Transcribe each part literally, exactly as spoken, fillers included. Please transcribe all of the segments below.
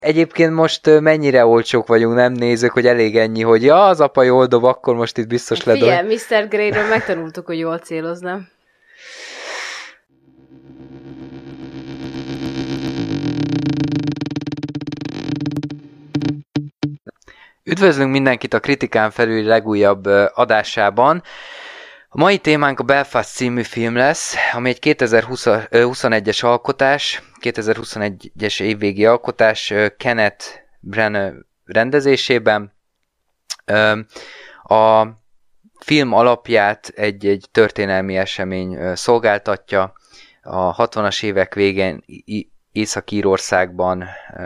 Egyébként most mennyire olcsók vagyunk, nem nézők, hogy elég ennyi, hogy ja, az apa jól dob, akkor most itt biztos ledol. Figyelj, miszter Grey-ről megtanultuk, hogy jól céloznám. Üdvözlünk mindenkit a Kritikán felül legújabb adásában. A mai témánk a Belfast című film lesz, ami egy kétezer-huszonegyes alkotás, kétezer-huszonegyes évvégi alkotás Kenneth Branagh rendezésében. A film alapját egy, egy történelmi esemény szolgáltatja. A hatvanas évek végén Észak-Írországban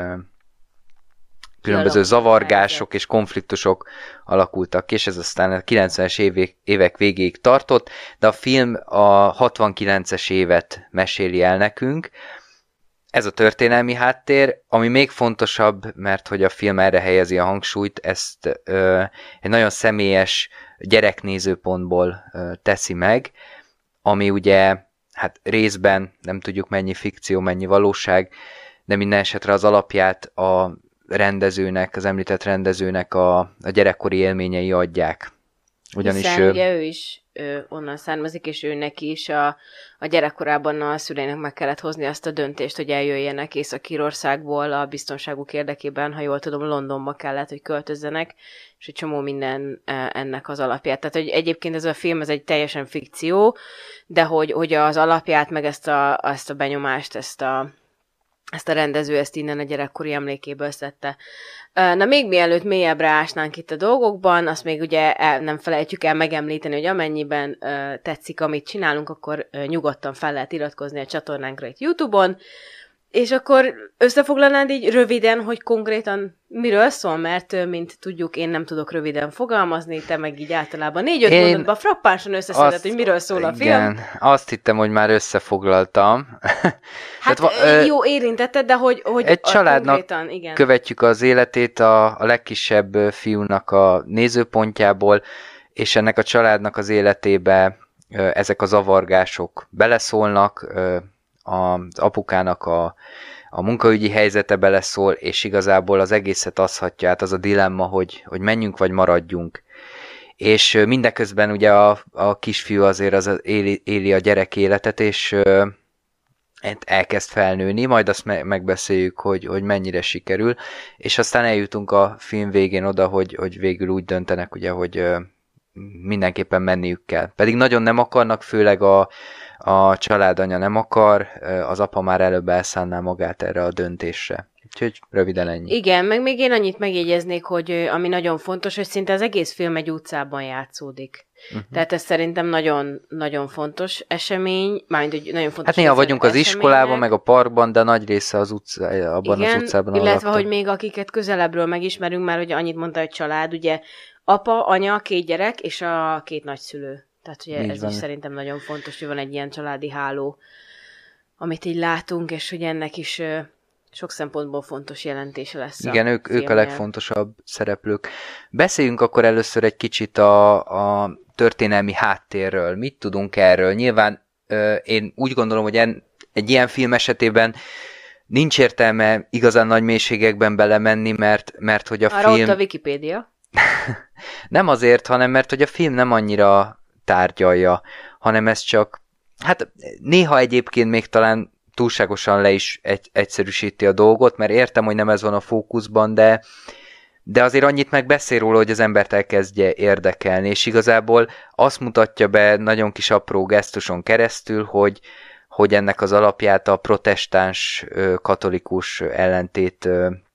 különböző zavargások és konfliktusok alakultak ki, és ez aztán a kilencvenes évek, évek végéig tartott, de a film a hatvankilences évet meséli el nekünk. Ez a történelmi háttér, ami még fontosabb, mert hogy a film erre helyezi a hangsúlyt, ezt ö, egy nagyon személyes gyereknézőpontból ö, teszi meg, ami ugye hát részben nem tudjuk mennyi fikció, mennyi valóság, de minden esetre az alapját a rendezőnek, az említett rendezőnek a, a gyerekkori élményei adják. Ugyanis Hiszen ő... ugye ő is ő, onnan származik, és ő neki is a, a gyerekkorában a szüleinek meg kellett hozni azt a döntést, hogy eljöjjenek Észak-Írországból a biztonságuk érdekében, ha jól tudom, Londonba kellett, hogy költözzenek, és egy csomó minden ennek az alapját. Tehát, hogy egyébként ez a film, ez egy teljesen fikció, de hogy, hogy az alapját, meg ezt a, ezt a benyomást, ezt a Ezt a rendező ezt innen a gyerekkori emlékéből szedte. Na még mielőtt mélyebbre ásnánk itt a dolgokban, azt még ugye el, nem felejtjük el megemlíteni, hogy amennyiben uh, tetszik, amit csinálunk, akkor uh, nyugodtan fel lehet iratkozni a csatornánkra itt YouTube-on, és akkor összefoglalnád így röviden, hogy konkrétan miről szól, mert mint tudjuk, én nem tudok röviden fogalmazni, te meg így általában négy-öt én... mondatban frappánsan összeszedett, hogy miről szól a film. Igen, azt hittem, hogy már összefoglaltam. Hát Tehát, jó, érintetted, de hogy, hogy egy családnak konkrétan, igen. követjük az életét a, a legkisebb fiúnak a nézőpontjából, és ennek a családnak az életébe ezek a zavargások beleszólnak, az apukának a, a munkaügyi helyzete beleszól, és igazából az egészet az hatja át, az a dilemma, hogy, hogy menjünk vagy maradjunk. És mindeközben ugye a, a kisfiú azért az éli, éli a gyerek életet, és elkezd felnőni, majd azt me- megbeszéljük, hogy, hogy mennyire sikerül, és aztán eljutunk a film végén oda, hogy, hogy végül úgy döntenek, ugye, hogy mindenképpen menniük kell. Pedig nagyon nem akarnak, főleg a A családanya nem akar, az apa már előbb elszánná magát erre a döntésre. Úgyhogy röviden ennyi. Igen, meg még én annyit megjegyeznék, hogy ami nagyon fontos, hogy szinte az egész film egy utcában játszódik. Uh-huh. Tehát ez szerintem nagyon, nagyon fontos esemény, majd hogy nagyon fontos. Hát néha vagyunk az események. Iskolában, meg a parkban, de nagy része az utca, abban Igen, az utcában illetve, laktam. hogy még akiket közelebbről megismerünk, már hogy annyit mondta, hogy család, ugye apa, anya, két gyerek, és a két nagyszülő. Tehát ugye ez van. Is szerintem nagyon fontos, hogy van egy ilyen családi háló, amit így látunk, és hogy ennek is uh, sok szempontból fontos jelentése lesz. Igen, ők, ők a legfontosabb szereplők. Beszéljünk akkor először egy kicsit a, a történelmi háttérről. Mit tudunk erről? Nyilván uh, én úgy gondolom, hogy en, egy ilyen film esetében nincs értelme igazán nagy mélységekben belemenni, mert, mert hogy a Arra film... ott a Wikipédia. Nem azért, hanem mert hogy a film nem annyira tárgyalja, hanem ez csak, hát néha egyébként még talán túlságosan le is egy, egyszerűsíti a dolgot, mert értem, hogy nem ez van a fókuszban, de, de azért annyit meg beszél róla, hogy az embert elkezdje érdekelni, és igazából azt mutatja be nagyon kis apró gesztuson keresztül, hogy, hogy ennek az alapját a protestáns katolikus ellentét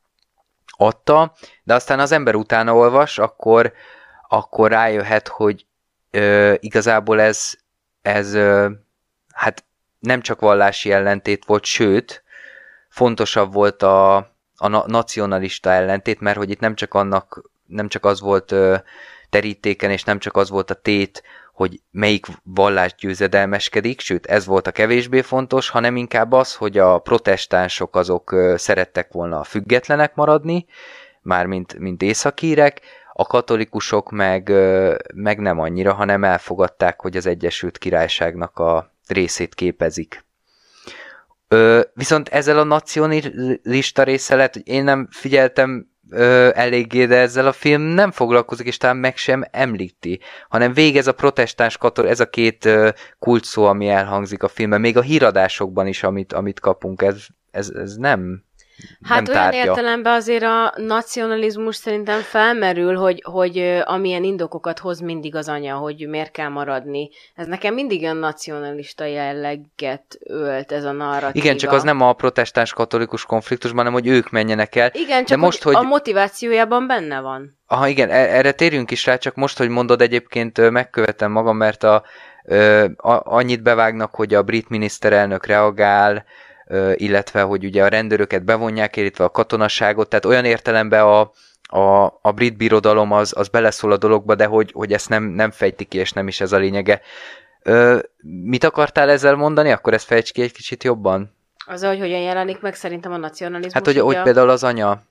adta, de aztán az ember utána olvas, akkor, akkor rájöhet, hogy Ö, igazából ez, ez ö, hát nem csak vallási ellentét volt, sőt, fontosabb volt a, a nacionalista ellentét, mert hogy itt nem csak annak, nem csak az volt ö, terítéken, és nem csak az volt a tét, hogy melyik vallás győzedelmeskedik, sőt, ez volt a kevésbé fontos, hanem inkább az, hogy a protestánsok azok ö, szerettek volna függetlenek maradni, mármint mint északírek, a katolikusok meg, meg nem annyira, hanem elfogadták, hogy az Egyesült Királyságnak a részét képezik. Ö, viszont ezzel a nacionalista résszel lehet, hogy én nem figyeltem ö, eléggé, de ezzel a film nem foglalkozik, és talán meg sem említi, hanem végez a protestáns katol, ez a két ö, kulcsszó, ami elhangzik a filmben, még a híradásokban is, amit, amit kapunk, ez, ez, ez nem Hát nem olyan tárgya. értelemben azért a nacionalizmus szerintem felmerül, hogy, hogy amilyen indokokat hoz mindig az anya, hogy miért kell maradni. Ez nekem mindig olyan nacionalista jelleget ölt ez a narratíva. Igen, csak az nem a protestáns katolikus konfliktusban, hanem hogy ők menjenek el. Igen, csak de most, hogy hogy a motivációjában benne van. Aha, igen, erre térjünk is rá, csak most, hogy mondod, egyébként megkövetem magam, mert a, a, annyit bevágnak, hogy a brit miniszterelnök reagál, illetve hogy ugye a rendőröket bevonják, illetve a katonaságot, tehát olyan értelemben a, a, a brit birodalom az, az beleszól a dologba, de hogy, hogy ezt nem, nem fejti ki, és nem is ez a lényege. Ö, mit akartál ezzel mondani? Akkor ezt fejtsd ki egy kicsit jobban. Az, hogy hogyan jelenik meg szerintem a nacionalizmus. Hát, hogy, hogy a... például az anya.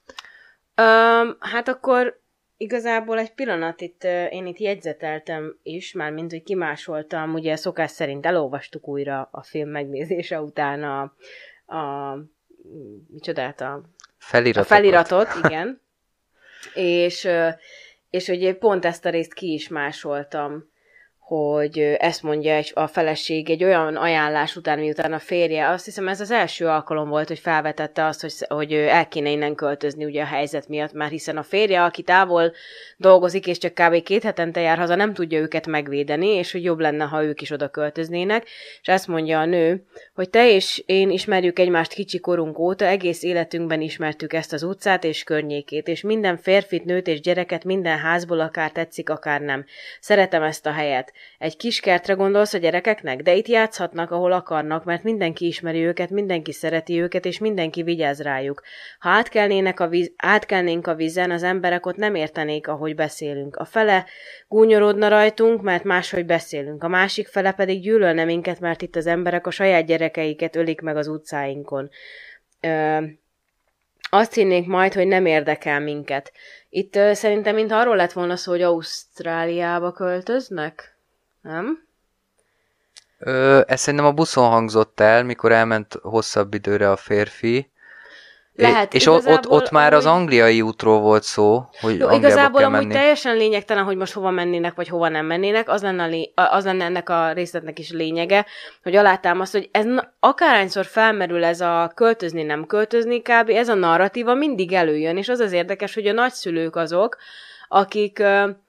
Um, hát akkor igazából egy pillanat, itt, én itt jegyzeteltem is, mármint, hogy kimásoltam, ugye szokás szerint elolvastuk újra a film megnézése után a, a micsodát, a feliratot. A feliratot, igen. és, és ugye pont ezt a részt ki is másoltam, hogy ezt mondja a feleség egy olyan ajánlás után, miután a férje, azt hiszem ez az első alkalom volt, hogy felvetette azt, hogy, hogy el kéne innen költözni ugye a helyzet miatt, már hiszen a férje, aki távol dolgozik, és csak kb. Két hetente jár haza, nem tudja őket megvédeni, és hogy jobb lenne, ha ők is oda költöznének, és ezt mondja a nő, hogy te és én ismerjük egymást kicsi korunk óta, egész életünkben ismertük ezt az utcát és környékét, és minden férfit, nőt és gyereket minden házból akár tetszik, akár nem. Szeretem ezt a helyet. Egy kis kertre gondolsz a gyerekeknek? De itt játszhatnak, ahol akarnak, mert mindenki ismeri őket, mindenki szereti őket, és mindenki vigyáz rájuk. Ha átkelnének a víz, átkelnénk a vízen, az emberek ott nem értenék, ahogy beszélünk. A fele gúnyorodna rajtunk, mert máshogy beszélünk. A másik fele pedig gyűlölne minket, mert itt az emberek a saját gyerekeiket ölik meg az utcáinkon. Ö, azt hinnék majd, hogy nem érdekel minket. Itt ö, szerintem, mint arról lett volna szó, hogy Ausztráliába költöznek? Nem? Ö, ez szerintem a buszon hangzott el, mikor elment hosszabb időre a férfi. Lehet, és ott, ott, ott már az angliai útról volt szó, hogy jó, Angliába igazából kell amúgy menni. Teljesen lényegtelen, hogy most hova mennének, vagy hova nem mennének, az lenne, lé- az lenne ennek a részletnek is lényege, hogy alátámaszt, hogy ez akárhányszor felmerül ez a költözni, nem költözni, kb. Ez a narratíva mindig előjön, és az az érdekes, hogy a nagyszülők azok, akik...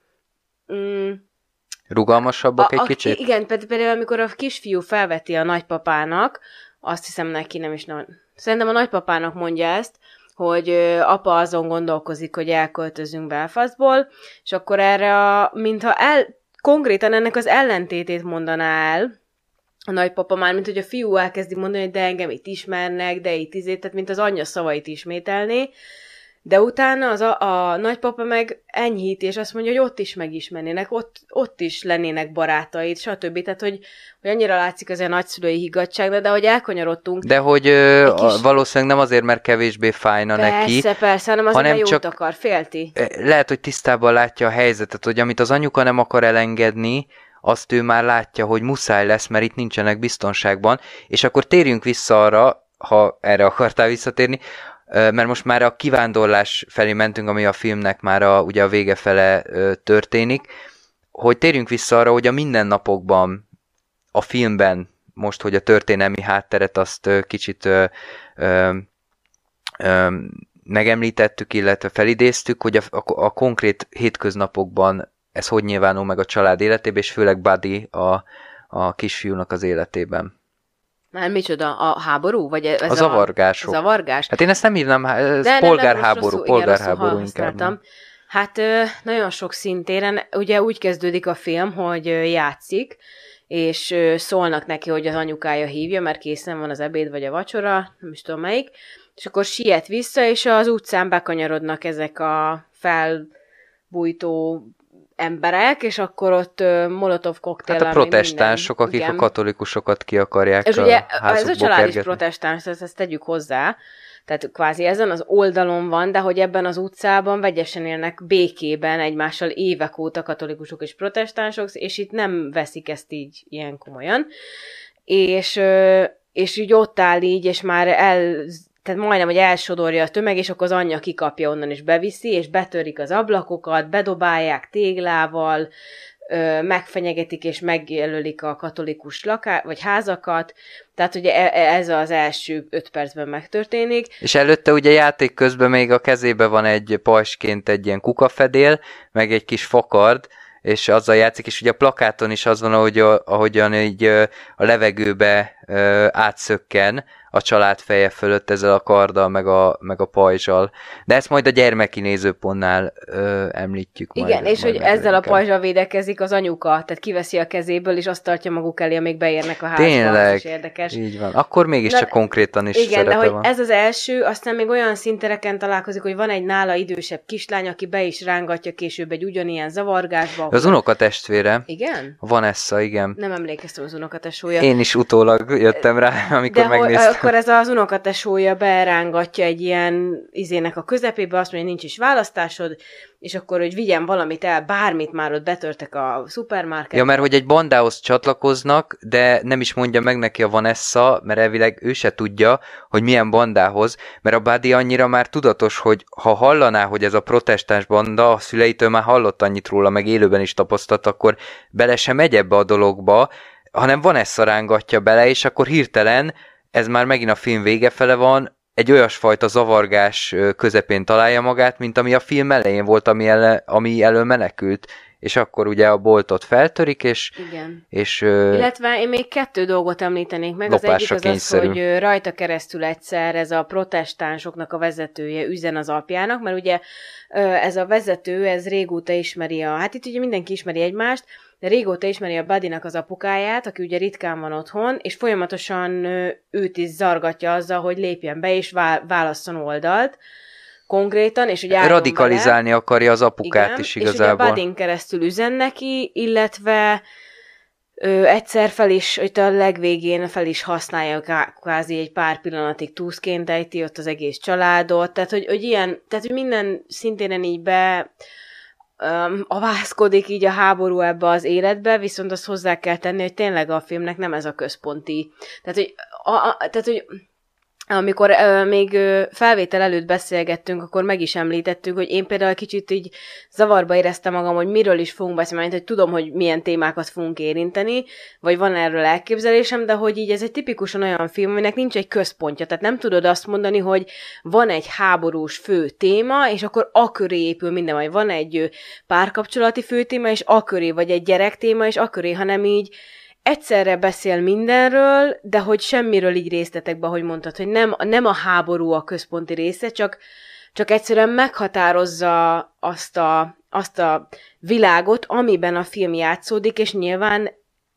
Mm, rugalmasabbak a, egy a, kicsit? Igen, például amikor a kisfiú felveti a nagypapának, azt hiszem neki nem is... Na, szerintem a nagypapának mondja ezt, hogy apa azon gondolkozik, hogy elköltözünk Belfastból, és akkor erre a, mintha el, konkrétan ennek az ellentétét mondaná el a nagypapa már, mint hogy a fiú elkezdi mondani, hogy de engem itt ismernek, de itt izé, tehát mint az anyja szavait ismételné, de utána az a, a nagypapa meg enyhíti, és azt mondja, hogy ott is megismernének, ott, ott is lennének barátaid, stb. Tehát, hogy, hogy annyira látszik az a nagyszülői higgadság, de, de hogy elkanyarodtunk. De hogy ö, kis... valószínűleg nem azért, mert kevésbé fájna persze, neki. Persze, persze, hanem azért, hanem mert jót csak akar, félti. Lehet, hogy tisztában látja a helyzetet, hogy amit az anyuka nem akar elengedni, azt ő már látja, hogy muszáj lesz, mert itt nincsenek biztonságban, és akkor térjünk vissza arra, ha erre akartál visszatérni, mert most már a kivándorlás felé mentünk, ami a filmnek már a, ugye a vége fele történik, hogy térjünk vissza arra, hogy a mindennapokban, a filmben, most, hogy a történelmi hátteret azt kicsit ö, ö, ö, megemlítettük, illetve felidéztük, hogy a, a, a konkrét hétköznapokban ez hogy nyilvánul meg a család életében, és főleg Buddy a, a kisfiúnak az életében. Már micsoda? A háború? Vagy ez a zavargások. A zavargás? Hát én ezt nem írnám, ez de polgárháború, rosszul, polgárháború igen, inkább. Hát nagyon sok szintéren, ugye úgy kezdődik a film, hogy játszik, és szólnak neki, hogy az anyukája hívja, mert készen van az ebéd vagy a vacsora, nem is tudom melyik, és akkor siet vissza, és az utcán bekanyarodnak ezek a felbújtó emberek, és akkor ott uh, molotov koktéllel... Hát a protestánsok, minden, akik igen. a katolikusokat ki akarják és a ugye házukból ez a család kergetni. is protestáns, ezt, ezt tegyük hozzá, tehát kvázi ezen az oldalon van, de hogy ebben az utcában vegyesen élnek békében egymással évek óta katolikusok és protestánsok, és itt nem veszik ezt így ilyen komolyan. És, és így ott áll így, és már el, tehát majdnem, hogy elsodorja a tömeg, és akkor az anyja kikapja onnan, és beviszi, és betörik az ablakokat, bedobálják téglával, megfenyegetik és megjelölik a katolikus laká- vagy házakat, tehát ugye ez az első öt percben megtörténik. És előtte ugye játék közben még a kezébe van egy pajsként egy ilyen kukafedél, meg egy kis fakard, és azzal játszik, és ugye a plakáton is az van, ahogy a, ahogyan így a levegőbe átszökken a család feje fölött ezzel a karddal, meg a, meg a pajzsal. De ezt majd a gyermeki nézőpontnál ö, említjük. Igen, majd, és majd hogy ezzel a pajzsal védekezik az anyuka, tehát kiveszi a kezéből, és azt tartja maguk elé, amíg beérnek a házba. Tényleg, is érdekes. Így van. Akkor mégiscsak konkrétan is igen, de hogy van. ez az első, aztán még olyan szintereken találkozik, hogy van egy nála idősebb kislány, aki be is rángatja később egy ugyanilyen zavargásba. Az unokatestvére. Igen? Vanessa, igen. Nem emlékeztem az unokatesója. Én is utólag jöttem rá, amikor de megnéztem. De akkor ez az unokatesója berángatja egy ilyen izének a közepébe, azt mondja, nincs is választásod, és akkor, hogy vigyen valamit el, bármit már ott betörtek a szupermarketbe. Ja, mert hogy egy bandához csatlakoznak, de nem is mondja meg neki a Vanessa, mert elvileg ő se tudja, hogy milyen bandához, mert a Buddy annyira már tudatos, hogy ha hallaná, hogy ez a protestáns banda, a szüleitől már hallott annyit róla, meg élőben is tapasztalt, akkor bele sem megy ebbe a dologba, hanem Vanessa rángatja bele, és akkor hirtelen, ez már megint a film vége fele van, egy olyasfajta zavargás közepén találja magát, mint ami a film elején volt, ami, ele, ami elől menekült, és akkor ugye a boltot feltörik, és... Igen. és illetve én még kettő dolgot említenék meg. Az egyik az kényszerű. az, hogy rajta keresztül egyszer ez a protestánsoknak a vezetője üzen az apjának, mert ugye ez a vezető, ez régóta ismeri a... Hát itt ugye mindenki ismeri egymást, de régóta ismeri a Buddynak az apukáját, aki ugye ritkán van otthon, és folyamatosan őt is zargatja azzal, hogy lépjen be, és válasszon oldalt konkrétan, és ugye radikalizálni bele. Akarja az apukát igen, is igazából. És ugye Buddyn keresztül üzen neki, illetve ö, egyszer fel is, hogy a legvégén fel is használja kvázi egy pár pillanatig túszként ejti ott az egész családot, tehát hogy, hogy ilyen, tehát hogy minden szintéren így be Um, avászkodik így a háború ebbe az életbe, viszont azt hozzá kell tenni, hogy tényleg a filmnek nem ez a központi. Tehát, hogy, a, a, tehát, hogy amikor uh, még uh, felvétel előtt beszélgettünk, akkor meg is említettük, hogy én például kicsit így zavarba éreztem magam, hogy miről is fogunk beszélni, mert hogy tudom, hogy milyen témákat fogunk érinteni, vagy van erről elképzelésem, de hogy így ez egy tipikusan olyan film, aminek nincs egy központja, tehát nem tudod azt mondani, hogy van egy háborús fő téma, és akkor aköré épül minden, vagy van egy párkapcsolati fő téma, és aköré, vagy egy gyerek téma, és aköré, hanem így egyszerre beszél mindenről, de hogy semmiről így részletekbe, ahogy mondtad, hogy nem, nem a háború a központi része, csak, csak egyszerűen meghatározza azt a, azt a világot, amiben a film játszódik, és nyilván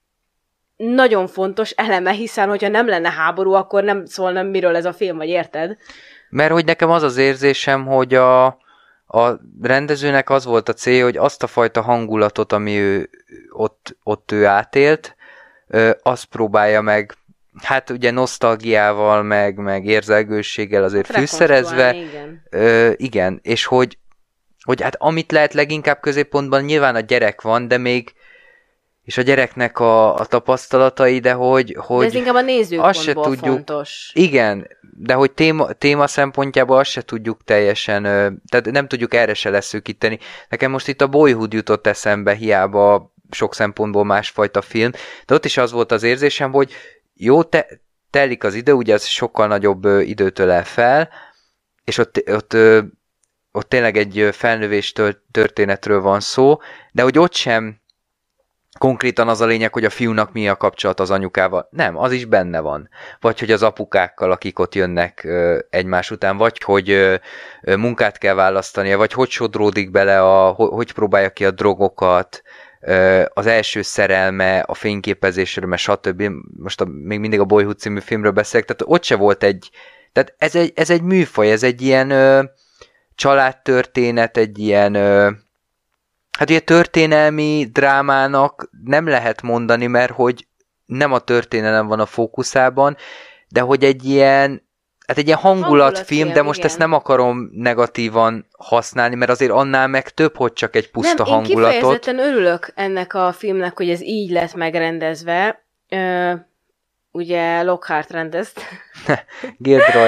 nagyon fontos eleme, hiszen hogyha nem lenne háború, akkor nem szólna, miről ez a film, vagy érted? Mert hogy nekem az az érzésem, hogy a, a rendezőnek az volt a célja, hogy azt a fajta hangulatot, ami ő, ott, ott ő átélt, azt próbálja meg, hát ugye nosztalgiával, meg, meg érzelgőséggel azért hát fűszerezve. Igen. Ö, igen, és hogy, hogy hát amit lehet leginkább középpontban, nyilván a gyerek van, de még, és a gyereknek a, a tapasztalatai, de hogy... hogy de ez inkább a nézőpontból tudjuk, fontos. Igen, de hogy téma, téma szempontjából azt se tudjuk teljesen, tehát nem tudjuk erre se leszűkíteni. Nekem most itt a Boyhood jutott eszembe, hiába sok szempontból másfajta film, de ott is az volt az érzésem, hogy jó, te, telik az idő, ugye az sokkal nagyobb ö, időt ölel fel, és ott, ott, ö, ott tényleg egy felnövés történetről van szó, de hogy ott sem konkrétan az a lényeg, hogy a fiúnak mi a kapcsolat az anyukával. Nem, az is benne van. Vagy hogy az apukákkal, akik ott jönnek ö, egymás után, vagy hogy ö, ö, munkát kell választania, vagy hogy sodródik bele, a, hogy próbálja ki a drogokat, az első szerelme, a fényképezésről, mert stb. Most a, még mindig a Boyhood című filmről beszélek, tehát ott se volt egy, tehát ez egy, ez egy műfaj, ez egy ilyen ö, családtörténet, egy ilyen, ö, hát ugye történelmi drámának nem lehet mondani, mert hogy nem a történelem van a fókuszában, de hogy egy ilyen, hát egy ilyen hangulatfilm, de most igen. Ezt nem akarom negatívan használni, mert azért annál meg több, hogy csak egy puszta nem, hangulatot. Én kifejezetten örülök ennek a filmnek, hogy ez így lett megrendezve, ugye Lockhart rendezt. Gilderoy.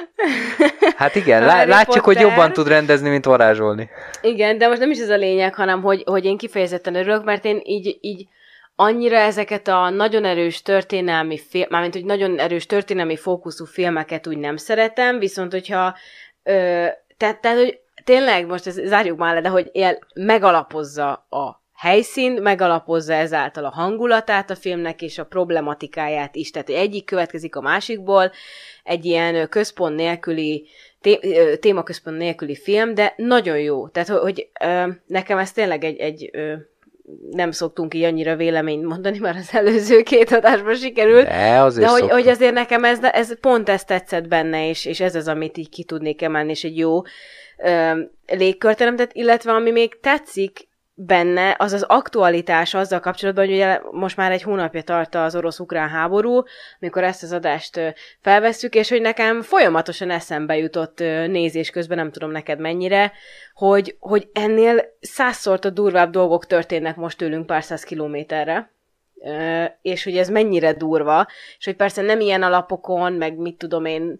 Hát igen, lá- látjuk, Potter. Hogy jobban tud rendezni, mint varázsolni. Igen, de most nem is ez a lényeg, hanem hogy, hogy én kifejezetten örülök, mert én így, így annyira ezeket a nagyon erős történelmi film, mármint, hogy nagyon erős történelmi fókuszú filmeket úgy nem szeretem, viszont hogyha ö, tehát, tehát, hogy tényleg most ezt zárjuk már le, de hogy él, megalapozza a helyszínt, megalapozza ezáltal a hangulatát a filmnek, és a problematikáját is. Tehát egyik következik a másikból, egy ilyen központ nélküli, té- témaközpont nélküli film, de nagyon jó. Tehát, hogy, hogy ö, nekem ez tényleg egy, egy ö, nem szoktunk így annyira véleményt mondani, már az előző két adásban sikerült, de, azért de hogy, hogy azért nekem ez, ez pont ezt tetszett benne, és, és ez az, amit így ki tudnék emelni, és egy jó ö, légkörteremtett, illetve ami még tetszik benne, az az aktualitás azzal kapcsolatban, hogy ugye most már egy hónapja tart az orosz-ukrán háború, amikor ezt az adást felvesszük, és hogy nekem folyamatosan eszembe jutott nézés közben, nem tudom neked mennyire, hogy, hogy ennél százszorta durvább dolgok történnek most tőlünk pár száz kilométerre, és hogy ez mennyire durva, és hogy persze nem ilyen alapokon, meg mit tudom én,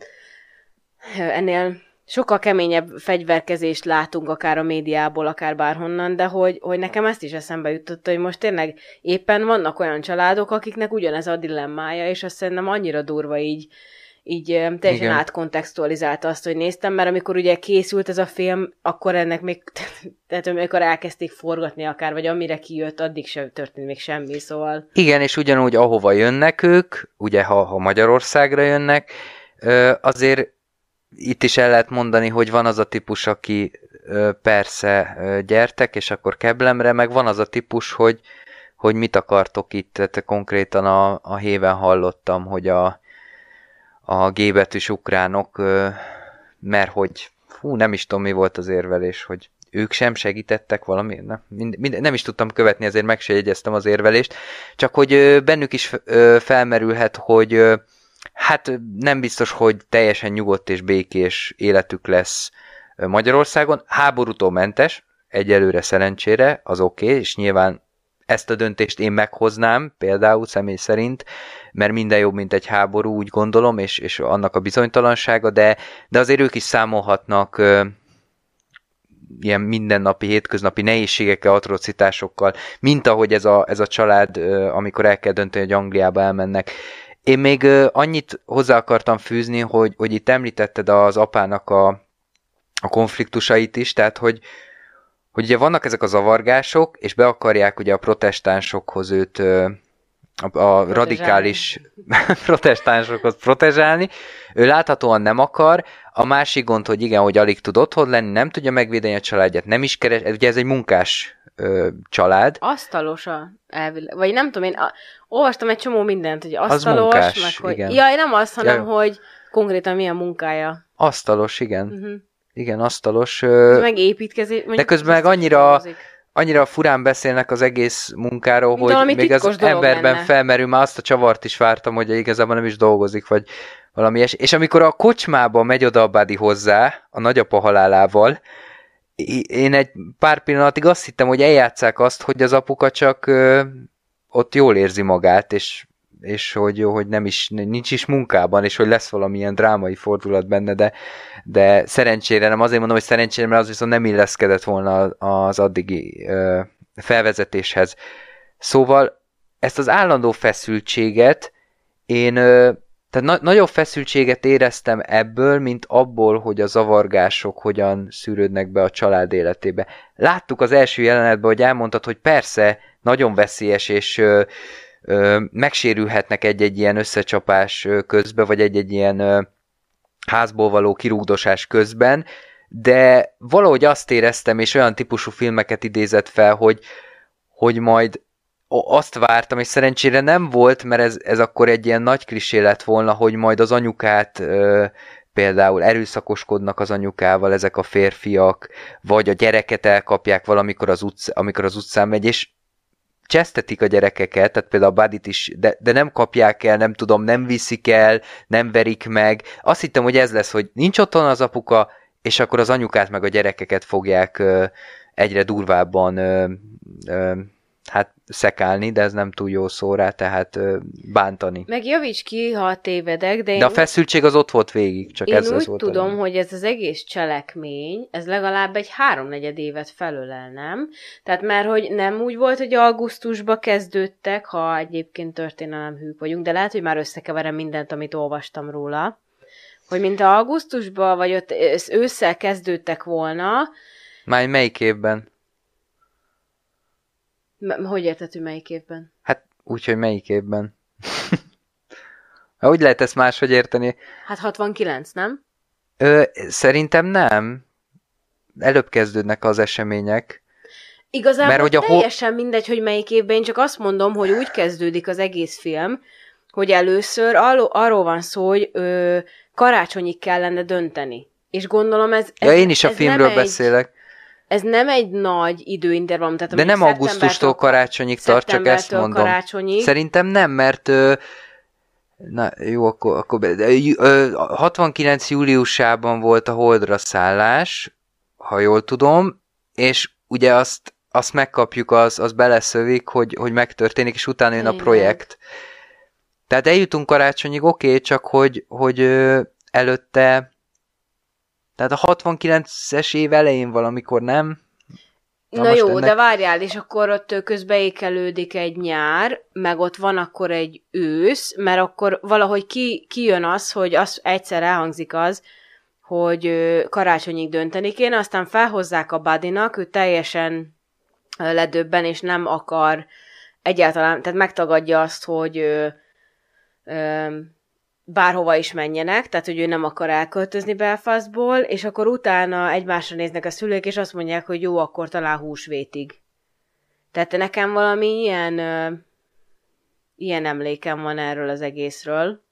ennél sokkal keményebb fegyverkezést látunk akár a médiából, akár bárhonnan, de hogy, hogy nekem ezt is eszembe jutott, hogy most tényleg éppen vannak olyan családok, akiknek ugyanez a dilemmája, és azt szerintem annyira durva így, így teljesen Igen. átkontextualizálta azt, hogy néztem, mert amikor ugye készült ez a film, akkor ennek még, tehát amikor elkezdték forgatni akár, vagy amire kijött, addig sem történt még semmi, szóval... Igen, és ugyanúgy ahova jönnek ők, ugye ha, ha Magyarországra jönnek, azért itt is el lehet mondani, hogy van az a típus, aki persze gyertek, és akkor Keblemre, meg van az a típus, hogy, hogy mit akartok itt, tehát konkrétan a, a héven hallottam, hogy a, a G-betűs ukránok, mert hogy, hú, nem is tudom, mi volt az érvelés, hogy ők sem segítettek valami, nem, mind, mind, nem is tudtam követni, ezért meg se jegyeztem az érvelést, csak hogy bennük is felmerülhet, hogy hát nem biztos, hogy teljesen nyugodt és békés életük lesz Magyarországon. Háborútól mentes, egyelőre szerencsére, az oké, okay, és nyilván ezt a döntést én meghoznám, például személy szerint, mert minden jobb, mint egy háború, úgy gondolom, és, és annak a bizonytalansága, de, de azért ők is számolhatnak ö, ilyen mindennapi, hétköznapi nehézségekkel, atrocitásokkal, mint ahogy ez a, ez a család, ö, amikor el kell dönteni, hogy Angliába elmennek. Én még uh, annyit hozzá akartam fűzni, hogy, hogy itt említetted az apának a, a konfliktusait is, tehát hogy, hogy ugye vannak ezek a zavargások, és be akarják ugye a protestánsokhoz őt, uh, a, a radikális protestánsokhoz protezsálni. Ő láthatóan nem akar. A másik gond, hogy igen, hogy alig tud otthon lenni, nem tudja megvédeni a családját, nem is keres, ugye ez egy munkás ö, család. Asztalos a elvileg, vagy nem tudom, én a, olvastam egy csomó mindent, hogy asztalos, az munkás, meg hogy... Igen. Jaj, nem az, hanem ja, hogy konkrétan milyen munkája. Asztalos, igen. Uh-huh. Igen, asztalos. Ö... meg építkezés. De közben meg annyira, annyira furán beszélnek az egész munkáról, hogy valami még az emberben lenne. felmerül, már azt a csavart is vártam, hogy igazából nem is dolgozik, vagy valami ilyes. És amikor a kocsmába megy oda a Buddy hozzá, a nagyapa halálával, én egy pár pillanatig azt hittem, hogy eljátsszák azt, hogy az apuka csak ö, ott jól érzi magát, és, és hogy, hogy nem is, nincs is munkában, és hogy lesz valamilyen drámai fordulat benne, de, de szerencsére, nem azért mondom, hogy szerencsére, mert az viszont nem illeszkedett volna az addigi ö, felvezetéshez. Szóval ezt az állandó feszültséget én... Ö, Tehát na- nagyobb feszültséget éreztem ebből, mint abból, hogy a zavargások hogyan szűrődnek be a család életébe. Láttuk az első jelenetben, hogy elmondtad, hogy persze nagyon veszélyes, és ö, ö, megsérülhetnek egy-egy ilyen összecsapás közben, vagy egy-egy ilyen ö, házból való kirúgdosás közben, de valahogy azt éreztem, és olyan típusú filmeket idézett fel, hogy, hogy majd azt vártam, és szerencsére nem volt, mert ez, ez akkor egy ilyen nagy klisé lett volna, hogy majd az anyukát ö, például erőszakoskodnak az anyukával ezek a férfiak, vagy a gyereket elkapják valamikor az, utc, amikor az utcán megy, és csesztetik a gyerekeket, tehát például a Buddyt is, de, de nem kapják el, nem tudom, nem viszik el, nem verik meg. Azt hittem, hogy ez lesz, hogy nincs otthon az apuka, és akkor az anyukát meg a gyerekeket fogják ö, egyre durvábban ö, ö, hát szekálni, de ez nem túl jó szó rá, tehát ö, bántani. Meg javíts ki, ha tévedek, de én... De a feszültség az ott volt végig, csak én ez, ez úgy volt. tudom, a... hogy ez az egész cselekmény, ez legalább egy háromnegyed évet felölel, nem? Tehát már, hogy nem úgy volt, hogy augusztusba kezdődtek, ha egyébként történelemhűk vagyunk, de lehet, hogy már összekeverem mindent, amit olvastam róla, hogy mint a augusztusban, vagy ott ősszel kezdődtek volna. Már melyik évben? M- hogy érted, hogy melyik évben? Hát úgy, hogy melyik évben. Úgy lehet ezt máshogy érteni? Hát hatvankilenc, nem? Ö, szerintem nem. Előbb kezdődnek az események. Igazából mert, hogy a teljesen ho- mindegy, hogy melyik évben, én csak azt mondom, hogy úgy kezdődik az egész film, hogy először arról, arról van szó, hogy ö, karácsonyig kellene dönteni. És gondolom ez... ez ja, én is a ez filmről egy, beszélek. Ez nem egy nagy időintervallum. Tehát de nem augusztustól karácsonyig tart, csak ezt mondom. Karácsonyig. Szerintem nem, mert... Ö, na jó, akkor... akkor de, ö, hatvankilenc júliusában volt a Holdra szállás, ha jól tudom, és ugye azt, azt megkapjuk, az, az beleszövik, hogy, hogy megtörténik, és utána jön a projekt. Tehát eljutunk karácsonyig, oké, okay, csak hogy, hogy ö, előtte, tehát a hatvankilences év elején valamikor, nem? Na, Na jó, ennek... de várjál, és akkor ott közbeékelődik egy nyár, meg ott van akkor egy ősz, mert akkor valahogy ki, kijön az, hogy az egyszer elhangzik az, hogy karácsonyig dönteni kéne, aztán felhozzák a Buddynak, ő teljesen ledöbben, és nem akar egyáltalán, tehát megtagadja azt, hogy ö, ö, bárhova is menjenek, tehát hogy ő nem akar elköltözni Belfastból, és akkor utána egymásra néznek a szülők, és azt mondják, hogy jó, akkor talán húsvétig. Tehát nekem valami ilyen, ö, ilyen emlékem van erről az egészről.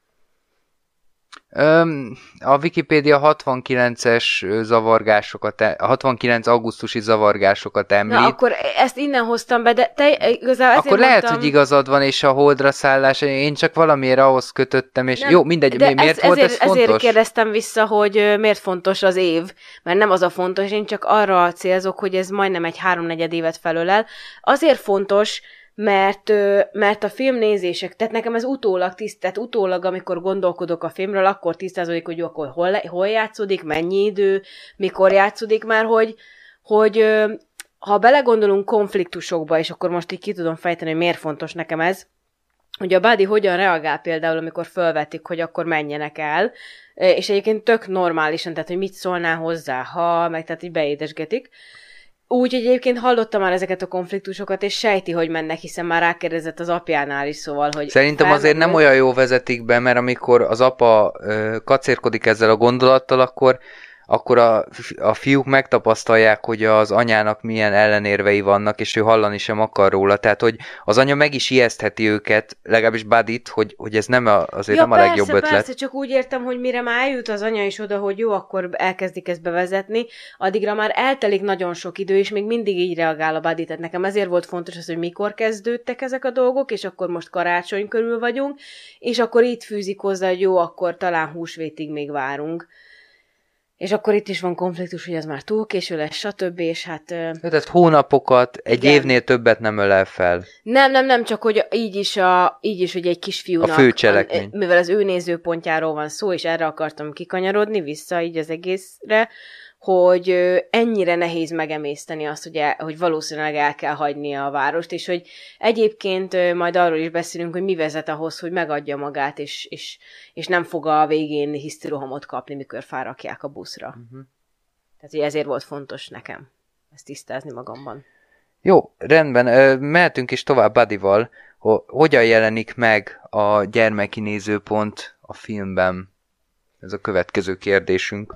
Öm, a Wikipédia hatvankilences zavargásokat, a hatvankilenc augusztusi zavargásokat említ. Na, akkor ezt innen hoztam be, de te igazából Akkor lehet, mondtam... hogy igazad van, és a Holdra szállás, én csak valamiért ahhoz kötöttem, és nem, jó, mindegy, miért ez, volt ezért, ez fontos? Ezért kérdeztem vissza, hogy miért fontos az év, mert nem az a fontos, én csak arra célzok, hogy ez majdnem egy háromnegyed évet felölel. Azért fontos, Mert, mert a filmnézések, tehát nekem ez utólag tiszt, tehát utólag, amikor gondolkodok a filmről, akkor tisztázódik, hogy jó, akkor hol, hol játszódik, mennyi idő, mikor játszódik, mert hogy, hogy ha belegondolunk konfliktusokba, és akkor most így ki tudom fejteni, hogy miért fontos nekem ez, hogy a Buddy hogyan reagál például, amikor felvetik, hogy akkor menjenek el, és egyébként tök normálisan, tehát hogy mit szólnál hozzá, ha, meg tehát így beédesgetik. Úgy egyébként hallotta már ezeket a konfliktusokat, és sejti, hogy mennek, hiszen már rákérdezett az apjánál is, szóval, hogy... Szerintem felmenő... azért nem olyan jó vezetik be, mert amikor az apa ö, kacérkodik ezzel a gondolattal, akkor, akkor a, a fiúk megtapasztalják, hogy az anyának milyen ellenérvei vannak, és ő hallani sem akar róla. Tehát, hogy az anya meg is ijesztheti őket, legalábbis Buddyt, hogy, hogy ez nem a, azért ja, nem persze, a legjobb ötlet. Persze, csak úgy értem, hogy mire már eljut az anya is oda, hogy jó, akkor elkezdik ezt bevezetni, addigra már eltelik nagyon sok idő, és még mindig így reagál a Buddy. Tehát nekem ezért volt fontos az, hogy mikor kezdődtek ezek a dolgok, és akkor most karácsony körül vagyunk, és akkor itt fűzik hozzá, hogy jó, akkor talán húsvétig még várunk. És akkor itt is van konfliktus, hogy ez már túl késő lesz, stb. És hát... Tehát hónapokat, egy igen. évnél többet nem ölel fel. Nem, nem, nem, csak hogy így is, a, így is hogy egy kisfiúnak... A főcselekmény. Mivel az ő nézőpontjáról van szó, és erre akartam kikanyarodni vissza így az egészre, hogy ennyire nehéz megemészteni azt, hogy, el, hogy valószínűleg el kell hagynia a várost, és hogy egyébként majd arról is beszélünk, hogy mi vezet ahhoz, hogy megadja magát, és, és, és nem fog a végén hisztirohamot kapni, mikor felrakják a buszra. Uh-huh. Tehát hogy ezért volt fontos nekem ezt tisztázni magamban. Jó, rendben, mehetünk is tovább Buddyval. Hogyan jelenik meg a gyermeki nézőpont a filmben? Ez a következő kérdésünk.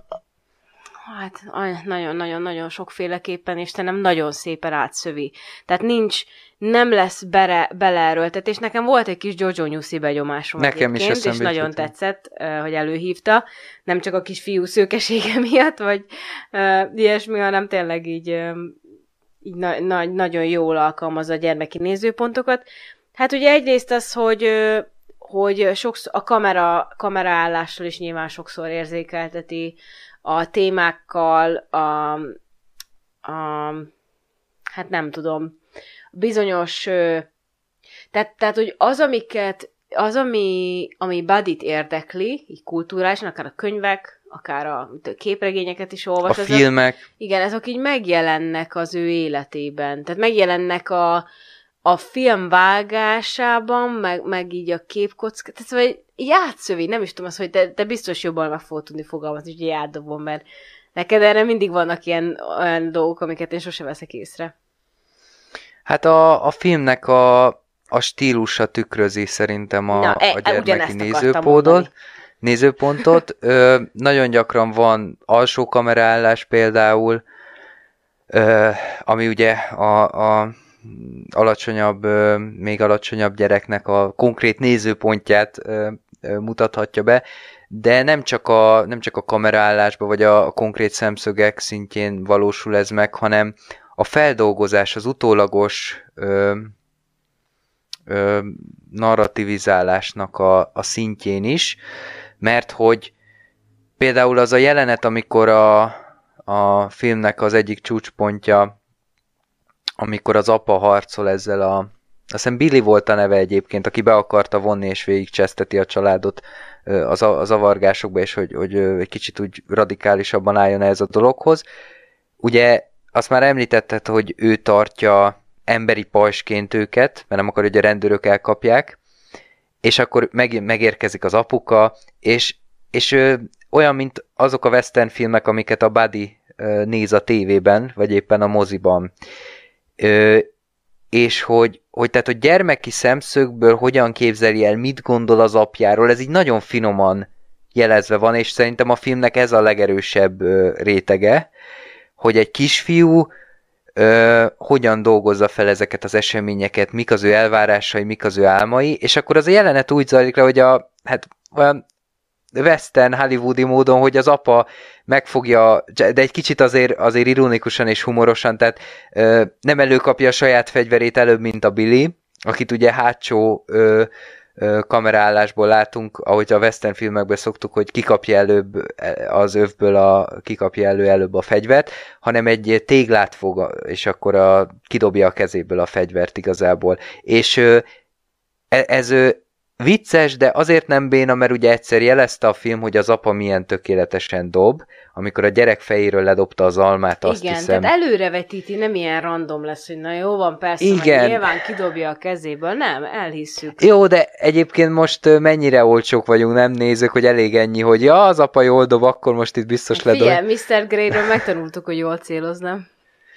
Hát nagyon-nagyon-nagyon sokféleképpen, és te nem nagyon szépen átszövi. Tehát nincs, nem lesz bere, beleerőltetés. Nekem volt egy kis Jojo Newsy begyomásom nekem egyébként, is és nagyon jutott. Tetszett, hogy előhívta. Nem csak a kis fiú szőkesége miatt, vagy uh, ilyesmi, hanem tényleg így, uh, így na- na- nagyon jól alkalmazza a gyermeki nézőpontokat. Hát ugye egyrészt az, hogy, uh, hogy sokszor, a kamera, kameraállással is nyilván sokszor érzékelteti, a témákkal, a, a, hát nem tudom, bizonyos, tehát, tehát hogy az, amiket, az, ami, ami Buddy-t érdekli, így kulturálisan, akár a könyvek, akár a képregényeket is olvas. A azok, filmek. Igen, ezek így megjelennek az ő életében. Tehát megjelennek a, a film vágásában, meg, meg így a képkocka. Tehát szóval játszövi, nem is tudom azt, hogy te, te biztos jobban meg fogod tudni fogalmazni, hogy játdobom, mert neked erre mindig vannak ilyen olyan dolgok, amiket én sose veszek észre. Hát a, a filmnek a, a stílusa tükrözi szerintem a, Na, e, a gyermeki nézőpontot. nézőpontot. Ö, nagyon gyakran van alsó kameraállás például, ö, ami ugye a, a alacsonyabb, ö, még alacsonyabb gyereknek a konkrét nézőpontját ö, ö, mutathatja be, de nem csak a, nem csak a kameraállásban vagy a, a konkrét szemszögek szintjén valósul ez meg, hanem a feldolgozás, az utólagos ö, ö, narrativizálásnak a, a szintjén is, mert hogy például az a jelenet, amikor a, a filmnek az egyik csúcspontja, amikor az apa harcol ezzel a, azt hiszem Billy volt a neve egyébként, aki be akarta vonni és végigcseszteti a családot az a, a zavargásokba, és hogy, hogy egy kicsit úgy radikálisabban álljon ez a dologhoz. Ugye azt már említetted, hogy ő tartja emberi pajsként őket, mert nem akar, hogy a rendőrök elkapják, és akkor meg, megérkezik az apuka, és, és ö, olyan, mint azok a western filmek, amiket a Buddy ö, néz a tévében, vagy éppen a moziban. Ö, és hogy, hogy tehát, hogy gyermeki szemszögből hogyan képzeli el, mit gondol az apjáról, ez így nagyon finoman jelezve van, és szerintem a filmnek ez a legerősebb ö, rétege, hogy egy kisfiú ö, hogyan dolgozza fel ezeket az eseményeket, mik az ő elvárásai, mik az ő álmai, és akkor az a jelenet úgy zajlik le, hogy a, hát olyan western hollywoodi módon, hogy az apa megfogja, de egy kicsit azért, azért ironikusan és humorosan, tehát ö, nem előkapja a saját fegyverét előbb, mint a Billy, akit ugye hátsó ö, ö, kameraállásból látunk, ahogy a western filmekben szoktuk, hogy kikapja előbb az övből, a, kikapja elő előbb a fegyvert, hanem egy téglát fog, és akkor a, kidobja a kezéből a fegyvert igazából. És ö, ez ö, vicces, de azért nem béna, mert ugye egyszer jelezte a film, hogy az apa milyen tökéletesen dob, amikor a gyerek fejéről ledobta az almát, azt igen, hiszem. tehát előrevetíti, nem ilyen random lesz, hogy na jó van, persze, igen. Meg nyilván kidobja a kezéből, nem, elhisszük. Jó, de egyébként most mennyire olcsók vagyunk, nem nézők, hogy elég ennyi, hogy ja, az apa jól dob, akkor most itt biztos ledob. Figyelj, miszter Grey-ről megtanultuk, hogy jól céloznám.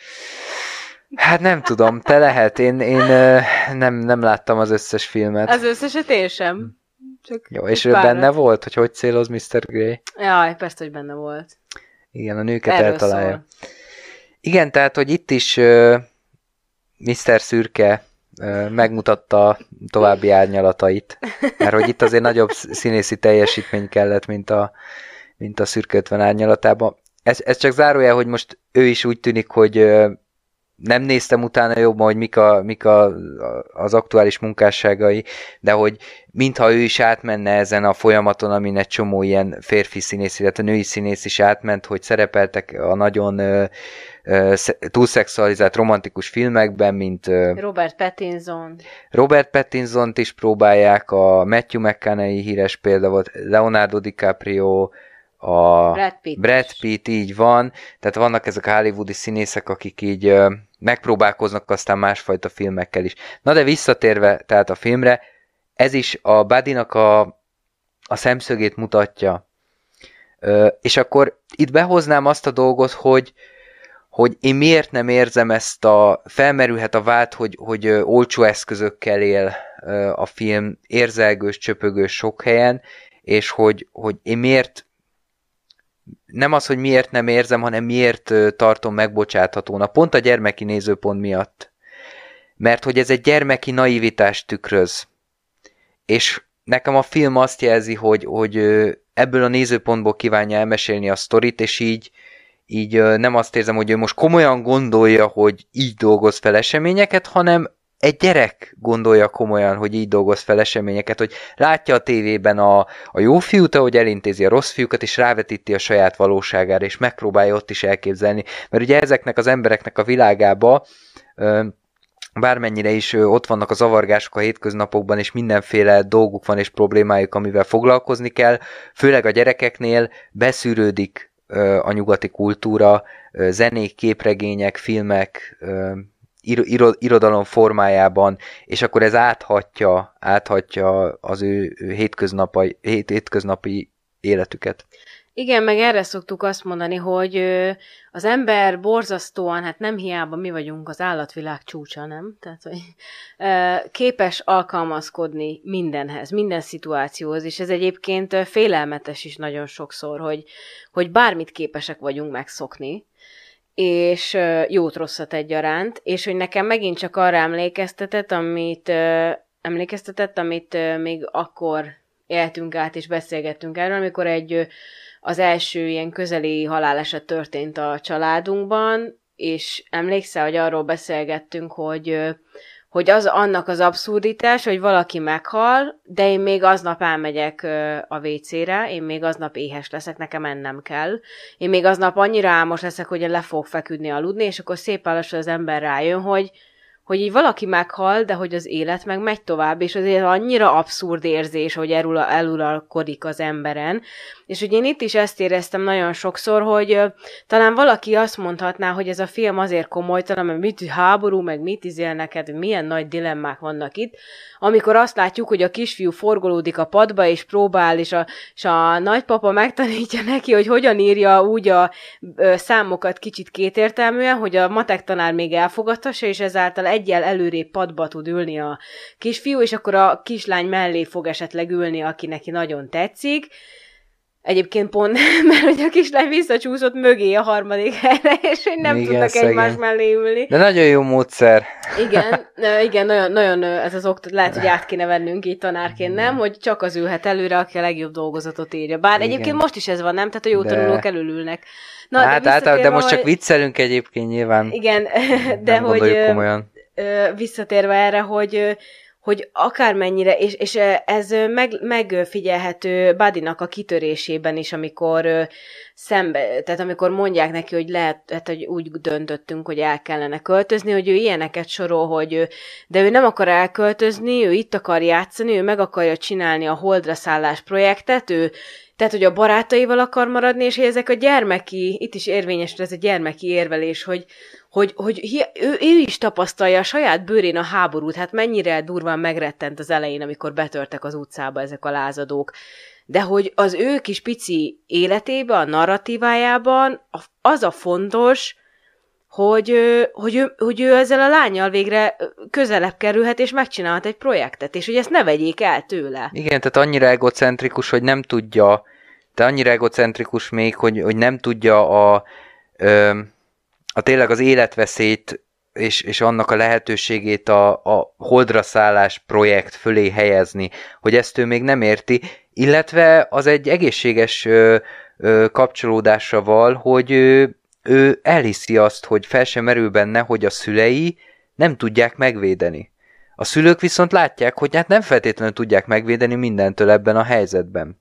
Hát nem tudom, te lehet, én, én nem, nem láttam az összes filmet. Az összeset én sem. Csak jó, és ő benne volt, hogy hogy céloz miszter Grey? Jaj, persze, hogy benne volt. Igen, a nőket erről eltalálja. Szól. Igen, tehát, hogy itt is uh, miszter Szürke uh, megmutatta további árnyalatait, mert hogy itt azért nagyobb színészi teljesítmény kellett, mint a, mint a Szürke ötven árnyalatában. Ez, ez csak zárójel, hogy most ő is úgy tűnik, hogy uh, nem néztem utána jobban, hogy mik, a, mik a, az aktuális munkásságai, de hogy mintha ő is átmenne ezen a folyamaton, amin egy csomó ilyen férfi színész, illetve női színész is átment, hogy szerepeltek a nagyon ö, ö, túlszexualizált romantikus filmekben, mint ö, Robert Pattinson. Robert Pattinsont is próbálják, a Matthew McConaughey híres példa volt, Leonardo DiCaprio, a Brad Pitt. Brad Pitt, így van, tehát vannak ezek a hollywoodi színészek, akik így ö, megpróbálkoznak aztán másfajta filmekkel is. Na de visszatérve tehát a filmre, ez is a Buddynak a, a szemszögét mutatja. Ö, és akkor itt behoznám azt a dolgot, hogy, hogy én miért nem érzem ezt a, felmerülhet a vád, hogy, hogy ö, olcsó eszközökkel él ö, a film, érzelgős, csöpögős sok helyen, és hogy, hogy én miért nem az, hogy miért nem érzem, hanem miért tartom megbocsáthatónak. Pont a gyermeki nézőpont miatt. Mert hogy ez egy gyermeki naivitást tükröz. És nekem a film azt jelzi, hogy, hogy ebből a nézőpontból kívánja elmesélni a sztorit, és így, így nem azt érzem, hogy ő most komolyan gondolja, hogy így dolgoz fel eseményeket, hanem egy gyerek gondolja komolyan, hogy így dolgoz fel eseményeket, hogy látja a tévében a, a jó fiút, ahogy elintézi a rossz fiúkat, és rávetíti a saját valóságára, és megpróbálja ott is elképzelni. Mert ugye ezeknek az embereknek a világába ö, bármennyire is ott vannak a zavargások a hétköznapokban, és mindenféle dolguk van és problémájuk, amivel foglalkozni kell, főleg a gyerekeknél beszűrődik a nyugati kultúra, zenék, képregények, filmek, irodalom formájában, és akkor ez áthatja, áthatja az ő hétköznapi, hét, hétköznapi életüket. Igen, meg erre szoktuk azt mondani, hogy az ember borzasztóan, hát nem hiába mi vagyunk az állatvilág csúcsa, nem? Tehát, hogy képes alkalmazkodni mindenhez, minden szituációhoz, és ez egyébként félelmetes is nagyon sokszor, hogy, hogy bármit képesek vagyunk megszokni, és jót-rosszat egyaránt, és hogy nekem megint csak arra emlékeztetett, amit emlékeztetett, amit még akkor éltünk át, és beszélgettünk erről, amikor egy az első ilyen közeli haláleset történt a családunkban, és emlékszel, hogy arról beszélgettünk, hogy, hogy az annak az abszurditás, hogy valaki meghal, de én még aznap elmegyek a vécére, én még aznap éhes leszek, nekem ennem kell. Én még aznap annyira álmos leszek, hogy le fogok feküdni, aludni, és akkor szépen lassan az ember rájön, hogy hogy így valaki meghal, de hogy az élet meg megy tovább, és azért annyira abszurd érzés, hogy eluralkodik az emberen. És hogy én itt is ezt éreztem nagyon sokszor, hogy uh, talán valaki azt mondhatná, hogy ez a film azért komolytalan, mert mit háború, meg mit izél neked, milyen nagy dilemmák vannak itt, amikor azt látjuk, hogy a kisfiú forgolódik a padba, és próbál, és a, és a nagypapa megtanítja neki, hogy hogyan írja úgy a ö, számokat kicsit kétértelműen, hogy a matek tanár még elfogadhassa, és ezáltal egyel előrébb padba tud ülni a kisfiú, és akkor a kislány mellé fog esetleg ülni, aki neki nagyon tetszik. Egyébként pont, mert hogy a kislány visszacsúszott mögé a harmadik helyre, és hogy nem igen, tudnak szegény. Egymás mellé ülni. De nagyon jó módszer. Igen, igen, nagyon, nagyon ez az oktat, lehet, hogy át kéne vennünk így tanárként, nem? Hogy csak az ülhet előre, aki a legjobb dolgozatot írja. Bár igen. Egyébként most is ez van, nem? Tehát a jó de... tanulók elülülnek. Na, hát, de, hát, de most csak viccelünk egyébként nyilván. Igen, de hogy komolyan. Visszatérve erre, hogy hogy akármennyire, és, és ez meg, megfigyelhető Buddynak a kitörésében is, amikor szembe, tehát amikor mondják neki, hogy lehet, hát, hogy úgy döntöttünk, hogy el kellene költözni, hogy ő ilyeneket sorol, hogy ő, de ő nem akar elköltözni, ő itt akar játszani, ő meg akarja csinálni a Holdra szállás projektet, ő tehát, hogy a barátaival akar maradni, és hogy ezek a gyermeki, itt is érvényesül ez a gyermeki érvelés, hogy, hogy, hogy ő, ő is tapasztalja a saját bőrén a háborút, hát mennyire durván megrettent az elején, amikor betörtek az utcába ezek a lázadók. De hogy az ő kis pici életében, a narratívájában az a fontos, hogy, hogy, ő, hogy ő ezzel a lányjal végre közelebb kerülhet, és megcsinálhat egy projektet, és hogy ezt ne vegyék el tőle. Igen, tehát annyira egocentrikus, hogy nem tudja, de annyira egocentrikus még, hogy, hogy nem tudja a, ö, a tényleg az életveszélyt és, és annak a lehetőségét a, a Holdra szállás projekt fölé helyezni, hogy ezt ő még nem érti, illetve az egy egészséges ö, ö, kapcsolódása val, hogy ö, ő elhiszi azt, hogy fel sem merül benne, hogy a szülei nem tudják megvédeni. A szülők viszont látják, hogy hát nem feltétlenül tudják megvédeni mindentől ebben a helyzetben.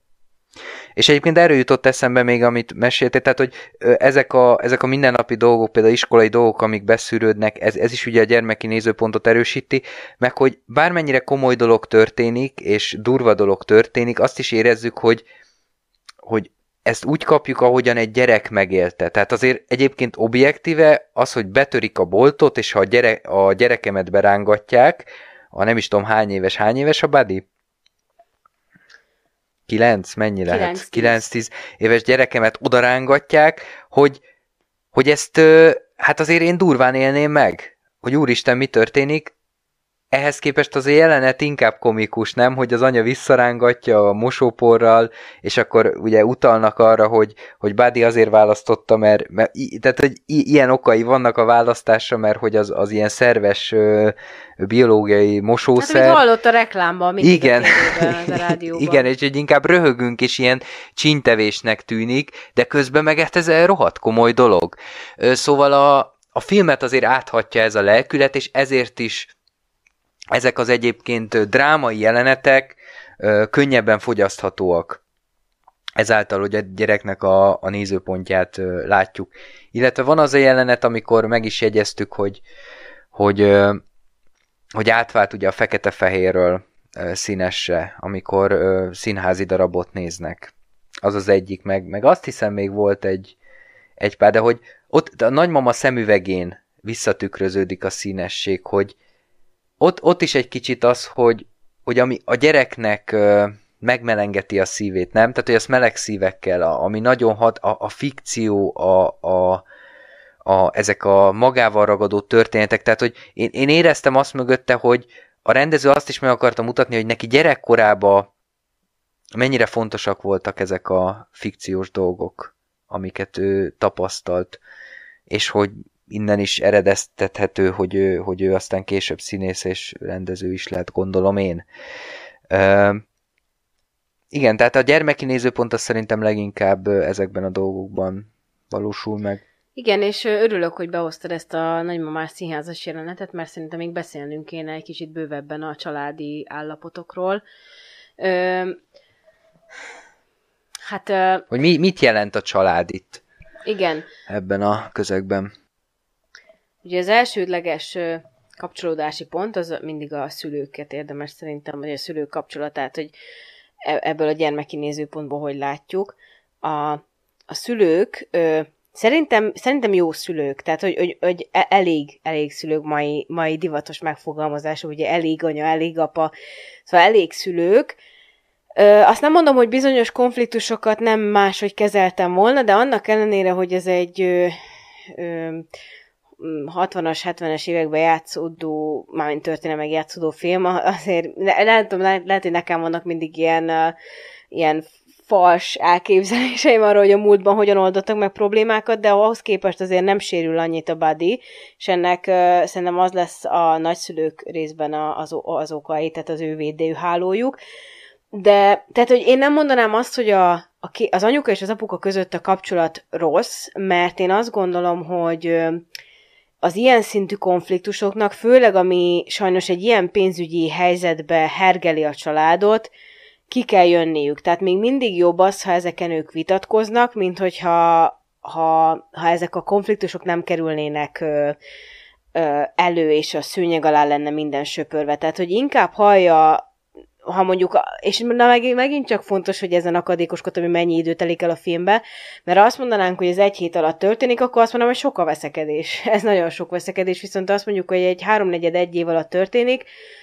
És egyébként erről jutott eszembe még, amit meséltél, tehát, hogy ezek a, ezek a mindennapi dolgok, például iskolai dolgok, amik beszűrődnek, ez, ez is ugye a gyermeki nézőpontot erősíti, meg hogy bármennyire komoly dolog történik, és durva dolog történik, azt is érezzük, hogy, hogy ezt úgy kapjuk, ahogyan egy gyerek megélte. Tehát azért egyébként objektíve az, hogy betörik a boltot, és ha a, gyere, a gyerekemet berángatják, a nem is tudom hány éves, hány éves a Buddy? Kilenc? Mennyi lehet? Kilenc-tíz éves gyerekemet odarángatják, hogy, hogy ezt hát azért én durván élném meg. Hogy úristen, mi történik? Ehhez képest az a jelenet inkább komikus, nem? Hogy az anya visszarángatja a mosóporral, és akkor ugye utalnak arra, hogy, hogy Buddy azért választotta, mert, mert tehát, hogy ilyen okai vannak a választásra, mert hogy az, az ilyen szerves ö, biológiai mosószer. Hát, amit hallott a reklámban, mindig igen. A, tévében, a rádióban. Igen, és hogy inkább röhögünk, és ilyen csíntevésnek tűnik, de közben meg hát ez egy rohadt komoly dolog. Szóval a, a filmet azért áthatja ez a lelkület, és ezért is ezek az egyébként drámai jelenetek ö, könnyebben fogyaszthatóak. Ezáltal, hogy a gyereknek a, a nézőpontját ö, látjuk. Illetve van az a jelenet, amikor meg is jegyeztük, hogy, hogy ö, hogy átvált ugye a fekete-fehérről színesre, amikor ö, színházi darabot néznek. Az az egyik, meg, meg azt hiszem még volt egy, egy pár, de hogy ott a nagymama szemüvegén visszatükröződik a színesség, hogy ott, ott is egy kicsit az, hogy, hogy ami a gyereknek ö, megmelengeti a szívét, nem? Tehát, hogy azt meleg szívekkel, a, ami nagyon hat, a, a fikció, a, a, a, ezek a magával ragadó történetek, tehát, hogy én, én éreztem azt mögötte, hogy a rendező azt is meg akarta mutatni, hogy neki gyerekkorában mennyire fontosak voltak ezek a fikciós dolgok, amiket ő tapasztalt, és hogy innen is eredeztethető, hogy ő, hogy ő aztán később színész és rendező is lehet, gondolom én. Uh, igen, tehát a gyermeki nézőpont az szerintem leginkább ezekben a dolgokban valósul meg. Igen, és örülök, hogy behoztad ezt a nagymamás színházas jelenetet, mert szerintem még beszélnünk kéne egy kicsit bővebben a családi állapotokról. Ö, hát... Ö, hogy mi, mit jelent a család itt? Igen. Ebben a közegben. Ugye az elsődleges kapcsolódási pont az mindig a szülőket érdemes szerintem, vagy a szülők kapcsolatát, hogy ebből a gyermeki nézőpontból hogy látjuk. A, a szülők... Ö, Szerintem, szerintem jó szülők, tehát hogy, hogy, hogy elég, elég szülők, mai, mai divatos megfogalmazás, ugye elég anya, elég apa, szóval elég szülők. Ö, azt nem mondom, hogy bizonyos konfliktusokat nem máshogy kezeltem volna, de annak ellenére, hogy ez egy ö, ö, hatvanas, hetvenes években játszódó, mármint történelmek játszódó film, azért lehet, lehet, lehet, hogy nekem vannak mindig ilyen, uh, ilyen fals elképzeléseim arról, hogy a múltban hogyan oldottak meg problémákat, de ahhoz képest azért nem sérül annyit a body, és ennek uh, szerintem az lesz a nagyszülők részben az, az okai, tehát az ő védőhálójuk. De, tehát, hogy én nem mondanám azt, hogy a, a, az anyuka és az apuka között a kapcsolat rossz, mert én azt gondolom, hogy az ilyen szintű konfliktusoknak, főleg ami sajnos egy ilyen pénzügyi helyzetbe hergeli a családot, ki kell jönniük. Tehát még mindig jobb az, ha ezeken ők vitatkoznak, mint hogyha ha, ha ezek a konfliktusok nem kerülnének ö, ö, elő, és a szőnyeg alá lenne minden söpörve. Tehát, hogy inkább hallja, ha mondjuk, és na, meg, megint csak fontos, hogy ezen akadékoskodom, hogy mennyi idő telik el a filmbe, mert azt mondanánk, hogy ez egy hét alatt történik, akkor azt mondom, hogy sok a veszekedés. Ez nagyon sok veszekedés, viszont azt mondjuk, hogy egy háromnegyed egy év alatt történik,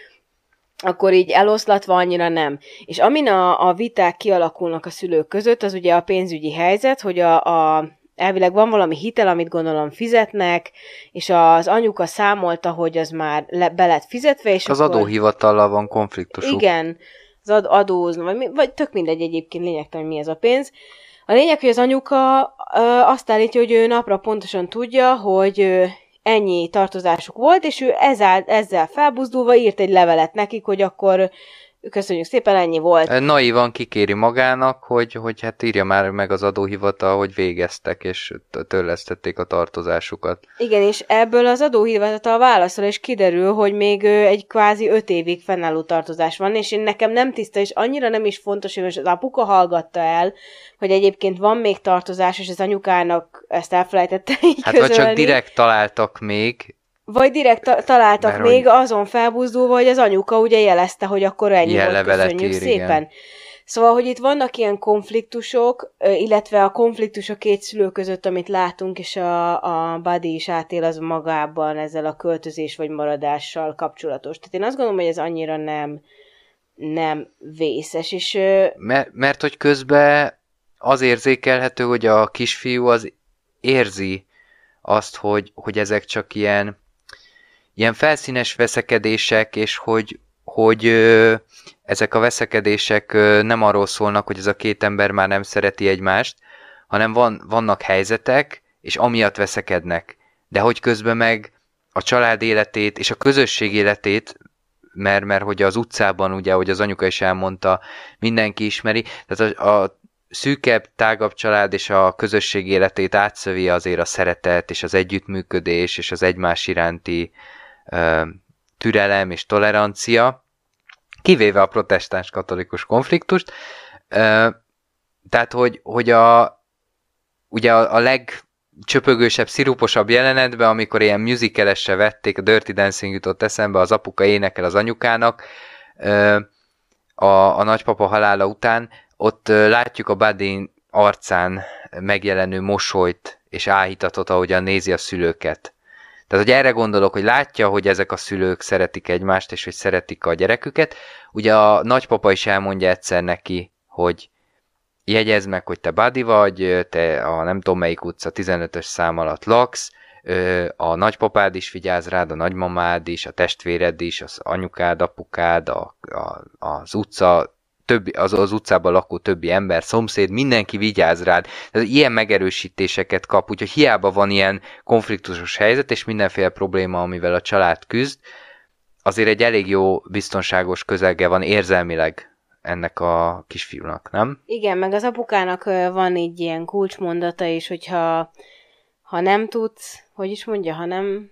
akkor így eloszlatva annyira nem. És amin a, a viták kialakulnak a szülők között, az ugye a pénzügyi helyzet, hogy a, a elvileg van valami hitel, amit gondolom fizetnek, és az anyuka számolta, hogy az már le, be lett fizetve, és az akkor... adóhivatallal van konfliktusuk. Igen, az ad, adózna, vagy, vagy tök mindegy egyébként lényegtelen, hogy mi ez a pénz. A lényeg, hogy az anyuka ö, azt állítja, hogy ő napra pontosan tudja, hogy ö, ennyi tartozásuk volt, és ő ezzel, ezzel felbuzdulva írt egy levelet nekik, hogy akkor köszönjük szépen, ennyi volt. Naivan kikéri magának, hogy, hogy hát írja már meg az adóhivatal, hogy végeztek, és törlesztették a tartozásukat. Igen, és ebből az adóhivatal válaszol, és kiderül, hogy még egy kvázi öt évig fennálló tartozás van, és én nekem nem tiszta, és annyira nem is fontos, hogy most az apuka hallgatta el, hogy egyébként van még tartozás, és az anyukának ezt elfelejtette így hát közölni. vagy csak direkt találtak még, vagy direkt ta- találtak mert még hogy... azon felbuzdulva, hogy az anyuka ugye jelezte, hogy akkor ennyi volt, köszönjük ír, szépen. Igen. Szóval, hogy itt vannak ilyen konfliktusok, illetve a konfliktus a két szülő között, amit látunk, és a, a Buddy is átél az magában ezzel a költözés vagy maradással kapcsolatos. Tehát én azt gondolom, hogy ez annyira nem, nem vészes. És, mert, mert hogy közben az érzékelhető, hogy a kisfiú az érzi azt, hogy, hogy ezek csak ilyen ilyen felszínes veszekedések, és hogy, hogy ö, ezek a veszekedések ö, nem arról szólnak, hogy ez a két ember már nem szereti egymást, hanem van, vannak helyzetek, és amiatt veszekednek. De hogy közben meg a család életét és a közösség életét, mert, mert hogy az utcában, ugye, ahogy az anyuka is elmondta, mindenki ismeri, tehát a, a szűkebb, tágabb család és a közösség életét átszövi azért a szeretet, és az együttműködés, és az egymás iránti türelem és tolerancia, kivéve a protestáns katolikus konfliktust. Tehát, hogy, hogy a, ugye a, a csöpögősebb, sziruposabb jelenetben, amikor ilyen musicalesre vették, a Dirty Dancing jutott eszembe, az apuka énekel az anyukának a, a nagypapa halála után, ott látjuk a Buddy arcán megjelenő mosolyt és áhítatot, ahogyan nézi a szülőket. Tehát, hogy erre gondolok, hogy látja, hogy ezek a szülők szeretik egymást, és hogy szeretik a gyereküket. Ugye a nagypapa is elmondja egyszer neki, hogy jegyezd meg, hogy te Buddy vagy, te a nem tudom melyik utca tizenötös szám alatt laksz, a nagypapád is vigyáz rád, a nagymamád is, a testvéred is, az anyukád, apukád, a, a, az utca, többi, az, az utcában lakó többi ember, szomszéd, mindenki vigyáz rád. Tehát ilyen megerősítéseket kap, úgyhogy hiába van ilyen konfliktusos helyzet, és mindenféle probléma, amivel a család küzd, azért egy elég jó, biztonságos közege van érzelmileg ennek a kisfiúnak, nem? Igen, meg az apukának van így ilyen kulcsmondata is, hogyha ha nem tudsz, hogy is mondja, ha nem,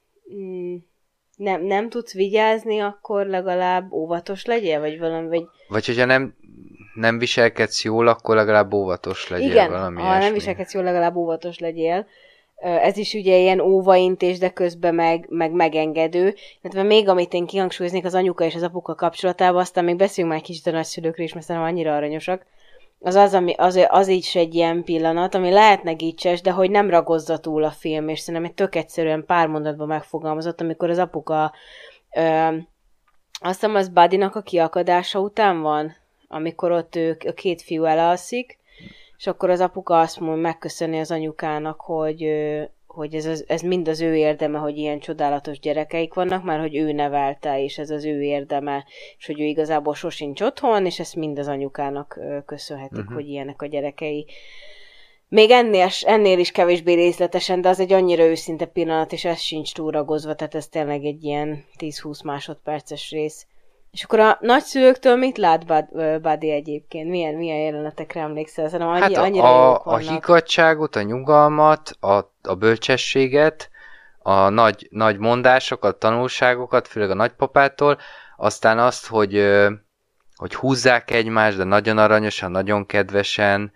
nem, nem tudsz vigyázni, akkor legalább óvatos legyél, vagy valami, vagy... Vagy hogyha nem, nem viselkedsz jól, akkor legalább óvatos legyél. Igen, valami ha ilyesmi. nem viselkedsz jól, legalább óvatos legyél. Ez is ugye ilyen óvaintés, de közben meg, meg megengedő. Illetve még amit én kihangsúlyoznék az anyuka és az apuka kapcsolatában, aztán még beszéljünk már kicsit a nagyszülőkről is, mert szerintem annyira aranyosak. Az, az, ami, az, az is egy ilyen pillanat, ami lehetne gicses, de hogy nem ragozza túl a film, és szerintem egy tök egyszerűen pár mondatban megfogalmazott, amikor az apuka, ö, azt hiszem az Buddynak a kiakadása után van, amikor ott ő, a két fiú elalszik, és akkor az apuka azt mondja, megköszöni az anyukának, hogy, hogy ez, az, ez mind az ő érdeme, hogy ilyen csodálatos gyerekeik vannak, már hogy ő nevelte, és ez az ő érdeme, és hogy ő igazából sosincs otthon, és ezt mind az anyukának köszönhetik, uh-huh. hogy ilyenek a gyerekei. Még ennél, ennél is kevésbé részletesen, de az egy annyira őszinte pillanat, és ez sincs túl ragozva, tehát ez tényleg egy ilyen tíz-húsz másodperces rész. És akkor a nagyszülőktől mit lát Buddy egyébként? Milyen, milyen jelenetekre emlékszel? Szerintem annyi, hát a, annyira a, a higgadtságot, a nyugalmat, a, a bölcsességet, a nagy, nagy mondásokat, tanulságokat, főleg a nagypapától, aztán azt, hogy, hogy húzzák egymást, de nagyon aranyosan, nagyon kedvesen,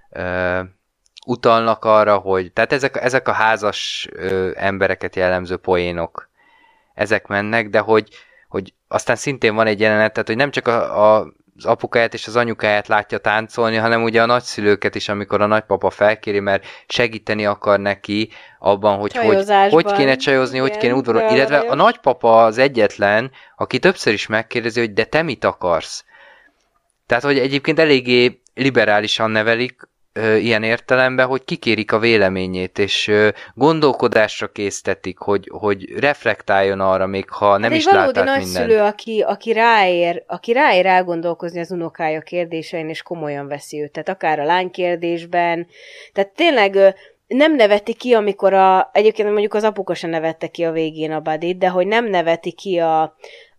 utalnak arra, hogy... Tehát ezek, ezek a házas embereket jellemző poénok, ezek mennek, de hogy hogy aztán szintén van egy jelenet, tehát hogy nem csak a, a, az apukáját és az anyukáját látja táncolni, hanem ugye a nagyszülőket is, amikor a nagypapa felkéri, mert segíteni akar neki abban, hogy hogy, hogy kéne csajozni, igen, hogy kéne udvarolni. Illetve a nagypapa az egyetlen, aki többször is megkérdezi, hogy de te mit akarsz? Tehát, hogy egyébként eléggé liberálisan nevelik, ilyen értelemben, hogy kikérik a véleményét, és gondolkodásra késztetik, hogy, hogy reflektáljon arra, még ha nem hát is látták mindent. Egy valódi nagyszülő, aki, aki, ráér, aki ráér elgondolkozni az unokája kérdésein, és komolyan veszi őt. Tehát akár a lány kérdésben. Tehát tényleg nem neveti ki, amikor a... Egyébként mondjuk az apuka se nevette ki a végén a Buddyt, de hogy nem neveti ki a...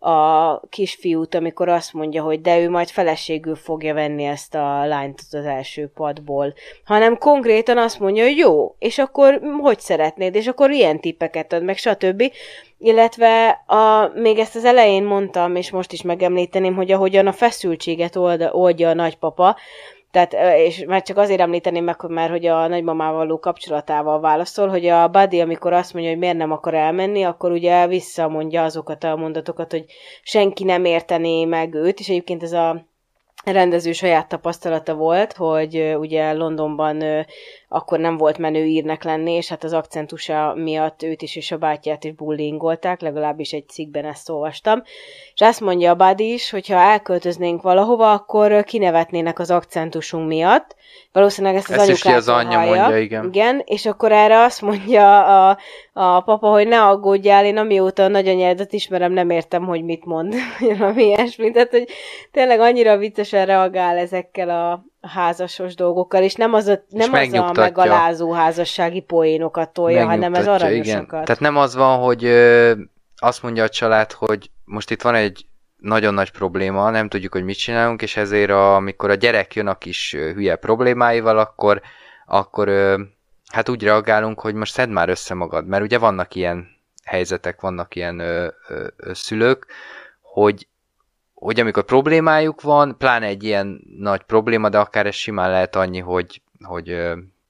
a kisfiút, amikor azt mondja, hogy de ő majd feleségül fogja venni ezt a lányt az első padból, hanem konkrétan azt mondja, hogy jó, és akkor hogy szeretnéd, és akkor ilyen tippeket ad, meg stb. Illetve a, még ezt az elején mondtam, és most is megemlíteném, hogy ahogyan a feszültséget old, oldja a nagypapa, tehát, és már csak azért említeném meg, mert hogy a nagymamával való kapcsolatával válaszol, hogy a Buddy, amikor azt mondja, hogy miért nem akar elmenni, akkor ugye visszamondja azokat a mondatokat, hogy senki nem értené meg őt, és egyébként ez a rendező saját tapasztalata volt, hogy ugye Londonban akkor nem volt menő írnek lenni, és hát az akcentusa miatt őt is és a bátyját is bullyingolták, legalábbis egy cikkben ezt olvastam. És azt mondja a Buddy is, hogy ha elköltöznénk valahova, akkor kinevetnének az akcentusunk miatt. Valószínűleg ezt az ezt anyukától az anyja hallja. Mondja, igen. igen. És akkor erre azt mondja a, a papa, hogy ne aggódjál, én amióta a nagyanyádat ismerem, nem értem, hogy mit mond. Ami ilyesmi. Tehát, hogy tényleg annyira viccesen reagál ezekkel a házasos dolgokkal, és nem az a, nem az a megalázó házassági poénokat tolja, hanem ez aranyosakat. Igen. Tehát nem az van, hogy ö, azt mondja a család, hogy most itt van egy nagyon nagy probléma, nem tudjuk, hogy mit csinálunk, és ezért a, amikor a gyerek jön a kis hülye problémáival, akkor, akkor ö, hát úgy reagálunk, hogy most szedd már össze magad, mert ugye vannak ilyen helyzetek, vannak ilyen ö, ö, ö, szülők, hogy hogy amikor problémájuk van, pláne egy ilyen nagy probléma, de akár ez simán lehet annyi, hogy, hogy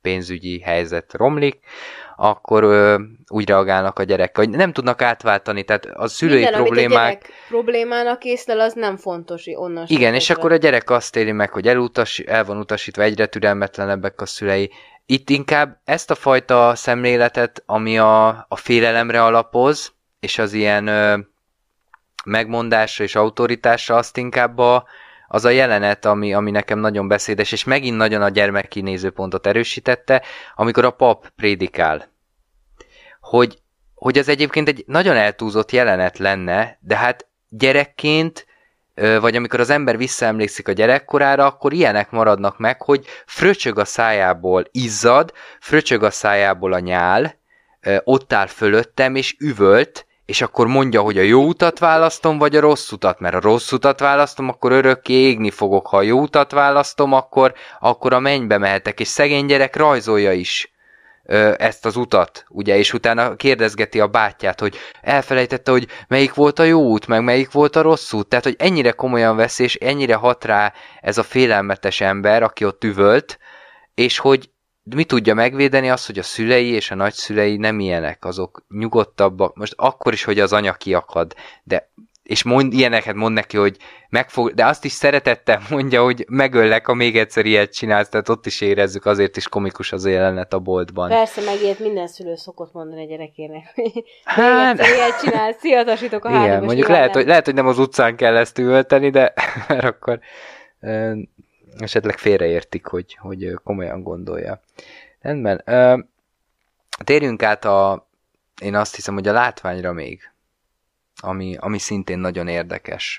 pénzügyi helyzet romlik, akkor ö, úgy reagálnak a gyerekek, hogy nem tudnak átváltani, tehát a szülői Minden, problémák... amit a gyerek problémának észlel, az nem fontos onnan. Igen, és akkor a gyerek azt éli meg, hogy elutas, el van utasítva, egyre türelmetlenebbek a szülei. Itt inkább ezt a fajta szemléletet, ami a, a félelemre alapoz, és az ilyen ö, megmondásra és autoritásra, azt inkább a, az a jelenet, ami, ami nekem nagyon beszédes, és megint nagyon a gyermeki nézőpontot erősítette, amikor a pap prédikál. Hogy, hogy az egyébként egy nagyon eltúzott jelenet lenne, de hát gyerekként, vagy amikor az ember visszaemlékszik a gyerekkorára, akkor ilyenek maradnak meg, hogy fröcsög a szájából izzad, fröcsög a szájából a nyál, ott áll fölöttem, és üvölt, és akkor mondja, hogy a jó utat választom, vagy a rossz utat, mert a rossz utat választom, akkor örökké égni fogok, ha a jó utat választom, akkor, akkor a mennybe mehetek, és szegény gyerek rajzolja is ö, ezt az utat, ugye, és utána kérdezgeti a bátyját, hogy elfelejtette, hogy melyik volt a jó út, meg melyik volt a rossz út, tehát, hogy ennyire komolyan vesz, és ennyire hat rá ez a félelmetes ember, aki ott üvölt, és hogy mi tudja megvédeni azt, hogy a szülei és a nagyszülei nem ilyenek, azok nyugodtabbak, most akkor is, hogy az anya kiakad, de, és mond, ilyeneket mond neki, hogy megfog, de azt is szeretettel mondja, hogy megöllek, ha még egyszer ilyet csinálsz, tehát ott is érezzük, azért is komikus az jelenet a boltban. Persze, meg ilyet minden szülő szokott mondani a gyerekének, hogy hát... még egyszer ilyet csinálsz, szivatasítok a hátba. Igen, mondjuk lehet hogy, lehet, hogy nem az utcán kell ezt üvölteni, de mert akkor... esetleg félreértik, hogy, hogy komolyan gondolja. Rendben. Térjünk át a, én azt hiszem, hogy a látványra még, ami, ami szintén nagyon érdekes.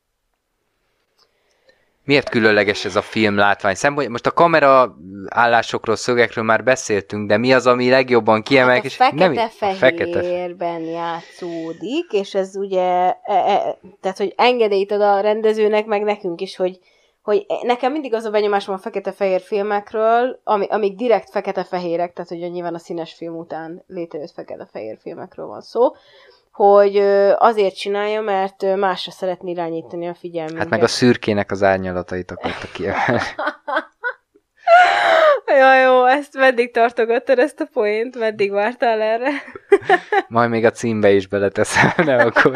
Miért különleges ez a film látvány szempont? Most a kamera állásokról, szögekről már beszéltünk, de mi az, ami legjobban kiemel? Hát a fekete-fehérben játszódik, és ez ugye, e, e, tehát, hogy engedélyt ad a rendezőnek, meg nekünk is, hogy hogy nekem mindig az a benyomásom a fekete-fehér filmekről, ami, amik direkt fekete-fehérek, tehát hogy nyilván a színes film után létrejött fekete-fehér filmekről van szó, hogy azért csinálja, mert másra szeretné irányítani a figyelmünket. Hát meg a szürkének az árnyalatait akarta kiemelni. Ja, jó, ezt meddig tartogattad, ezt a poént? Meddig vártál erre? Majd még a címbe is beleteszem, ne aggódj.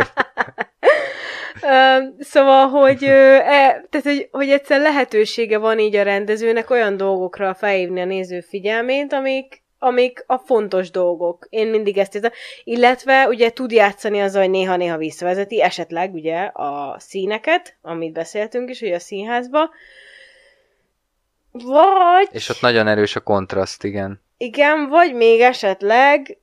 Uh, szóval, hogy, uh, e, tehát, hogy, hogy egyszer lehetősége van így a rendezőnek olyan dolgokra felhívni a néző figyelmét, amik, amik a fontos dolgok. Én mindig ezt érzem. Illetve ugye tud játszani azzal, hogy néha-néha visszavezeti, esetleg ugye a színeket, amit beszéltünk is, hogy a színházba. Vagy... És ott nagyon erős a kontraszt, igen. Igen, vagy még esetleg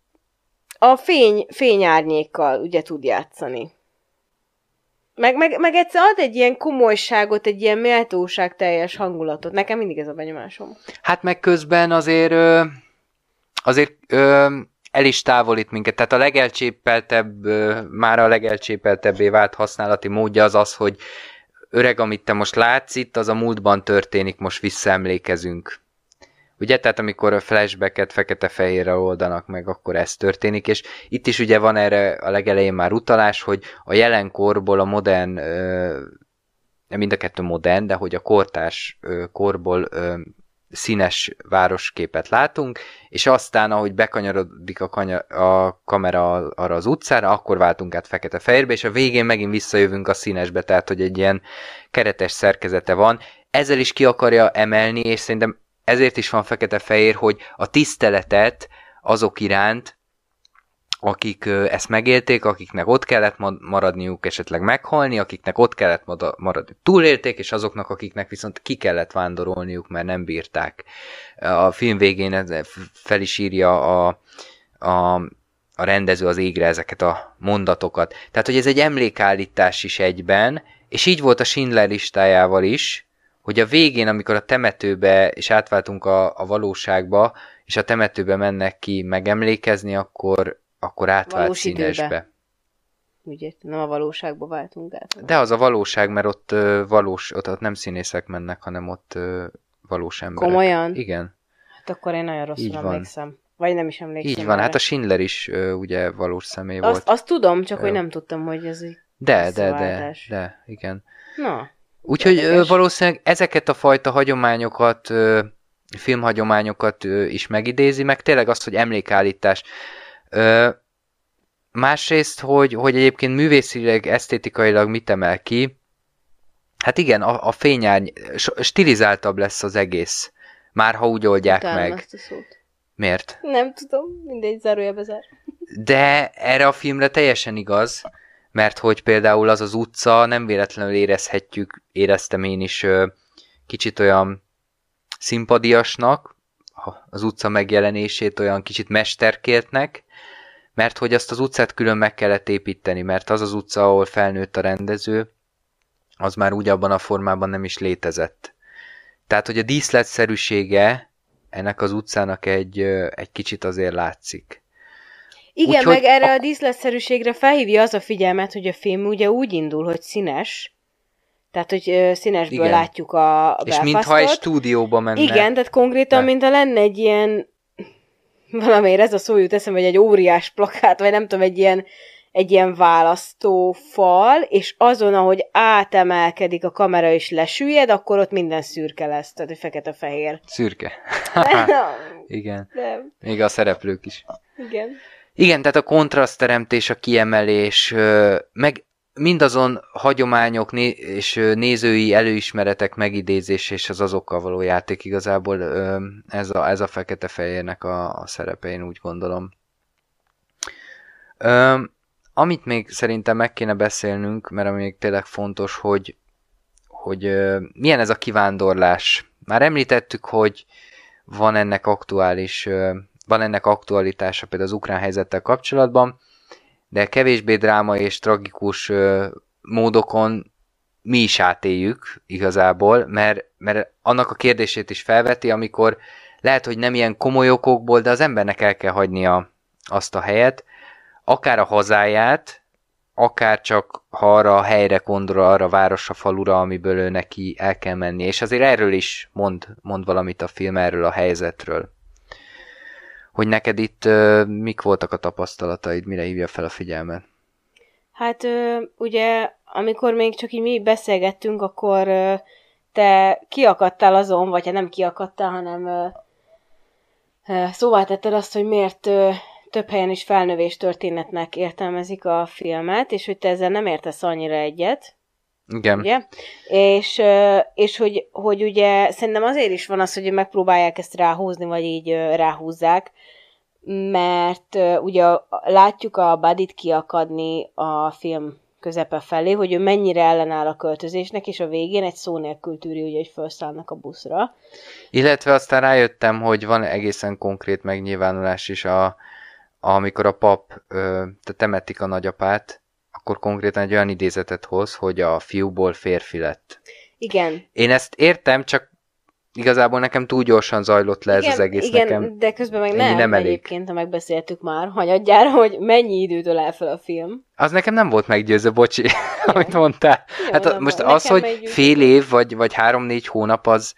a fény, fényárnyékkal ugye tud játszani. Meg, meg, meg egyszer ad egy ilyen komolyságot, egy ilyen méltóság teljes hangulatot. Nekem mindig ez a benyomásom. Hát meg közben azért, ö, azért ö, el is távolít minket. Tehát a legelcsépeltebb, ö, már a legelcsépeltebbé vált használati módja az az, hogy öreg, amit te most látsz itt, az a múltban történik, most visszaemlékezünk. Ugye, tehát amikor a flashbacket fekete-fehérre oldanak meg, akkor ez történik, és itt is ugye van erre a legelején már utalás, hogy a jelenkorból a modern, mind a kettő modern, de hogy a kortárs korból színes városképet látunk, és aztán, ahogy bekanyarodik a, kanya- a kamera arra az utcára, akkor váltunk át fekete-fehérbe, és a végén megint visszajövünk a színesbe, tehát hogy egy ilyen keretes szerkezete van. Ezzel is ki akarja emelni, és szerintem ezért is van fekete-fehér, hogy a tiszteletet azok iránt, akik ezt megélték, akiknek ott kellett maradniuk, esetleg meghalni, akiknek ott kellett maradni, túlélték, és azoknak, akiknek viszont ki kellett vándorolniuk, mert nem bírták. A film végén fel is írja a, a, a rendező az égre ezeket a mondatokat. Tehát, hogy ez egy emlékállítás is egyben, és így volt a Schindler listájával is, hogy a végén, amikor a temetőbe, és átváltunk a, a valóságba, és a temetőbe mennek ki megemlékezni, akkor, akkor átvált valós színesbe. Időbe. Úgy értem, nem a valóságba váltunk át. De az a valóság, mert ott ö, valós, ott, ott nem színészek mennek, hanem ott ö, valós emberek. Komolyan? Igen. Hát akkor én nagyon rosszul emlékszem. Vagy nem is emlékszem. Így van, erre. Hát a Schindler is ö, ugye valós személy azt, volt. Azt tudom, csak ö, hogy nem tudtam, hogy ez egy De, de, de, de, igen. Na. Úgyhogy ö, valószínűleg ezeket a fajta hagyományokat ö, filmhagyományokat is megidézi, meg tényleg az, hogy emlékállítás. Ö, másrészt, hogy, hogy egyébként művészileg, esztétikailag mit emel ki, hát igen, a, a fényárny, stilizáltabb lesz az egész. Már ha úgy oldják Utálom meg. ezt a szót. Miért? Nem tudom, mindegy, zárójelbe zár. De erre a filmre teljesen igaz, mert hogy például az az utca, nem véletlenül érezhetjük, éreztem én is kicsit olyan szimpadiasnak, az utca megjelenését olyan kicsit mesterkéltnek, mert hogy azt az utcát külön meg kellett építeni, mert az az utca, ahol felnőtt a rendező, az már úgy abban a formában nem is létezett. Tehát, hogy a díszletszerűsége ennek az utcának egy, egy kicsit azért látszik. Igen, úgy, meg erre a díszletszerűségre felhívja az a figyelmet, hogy a film ugye úgy indul, hogy színes, tehát, hogy színesből igen. látjuk a, a Belfastot. És mintha egy stúdióba menne. Igen, tehát konkrétan, ne. mintha lenne egy ilyen, valamiért ez a szó jut eszembe, vagy egy óriás plakát, vagy nem tudom, egy ilyen, egy ilyen választófal, és azon, ahogy átemelkedik a kamera és lesüllyed, akkor ott minden szürke lesz, tehát egy fekete-fehér. Szürke. Igen. Nem. Még a szereplők is. Igen. Igen, tehát a kontrasztteremtés, a kiemelés, meg mindazon hagyományok és nézői előismeretek megidézés és az azokkal való játék igazából ez a, ez a fekete-fehérnek a, a szerepe, én úgy gondolom. Amit még szerintem meg kéne beszélnünk, mert ami még tényleg fontos, hogy, hogy milyen ez a kivándorlás. Már említettük, hogy van ennek aktuális, van ennek aktualitása például az ukrán helyzettel kapcsolatban, de kevésbé drámai és tragikus módokon mi is átéljük igazából, mert, mert annak a kérdését is felveti, amikor lehet, hogy nem ilyen komoly okokból, de az embernek el kell hagynia azt a helyet, akár a hazáját, akár csak ha arra a helyre gondol, arra a városra, falura, amiből ő neki el kell menni. És azért erről is mond, mond valamit a film, erről a helyzetről. Hogy neked itt uh, mik voltak a tapasztalataid, mire hívja fel a figyelmet? Hát uh, ugye, amikor még csak így mi beszélgettünk, akkor uh, te kiakadtál azon, vagy hát nem kiakadtál, hanem uh, uh, szóvá tetted azt, hogy miért uh, több helyen is felnövés történetnek értelmezik a filmet, és hogy te ezzel nem értesz annyira egyet. Igen. Ugye? És, és hogy, hogy ugye szerintem azért is van az, hogy megpróbálják ezt ráhúzni, vagy így ráhúzzák, mert ugye látjuk a Buddyt kiakadni a film közepe felé, hogy ő mennyire ellenáll a költözésnek, és a végén egy szó nélkül tűri, ugye, hogy felszállnak a buszra. Illetve aztán rájöttem, hogy van egészen konkrét megnyilvánulás is, a, amikor a pap ö, temetik a nagyapát, akkor konkrétan egy olyan idézetet hoz, hogy a fiúból férfi lett. Igen. Én ezt értem, csak igazából nekem túl gyorsan zajlott le igen, ez az egész igen, nekem. De közben meg nem, nem egyébként, ha megbeszéltük már hanyadjára, hogy mennyi időt ölel fel a film. Az nekem nem volt meggyőző, bocsi, amit mondtál. Jó, hát most az, hogy fél év, vagy, vagy három-négy hónap az...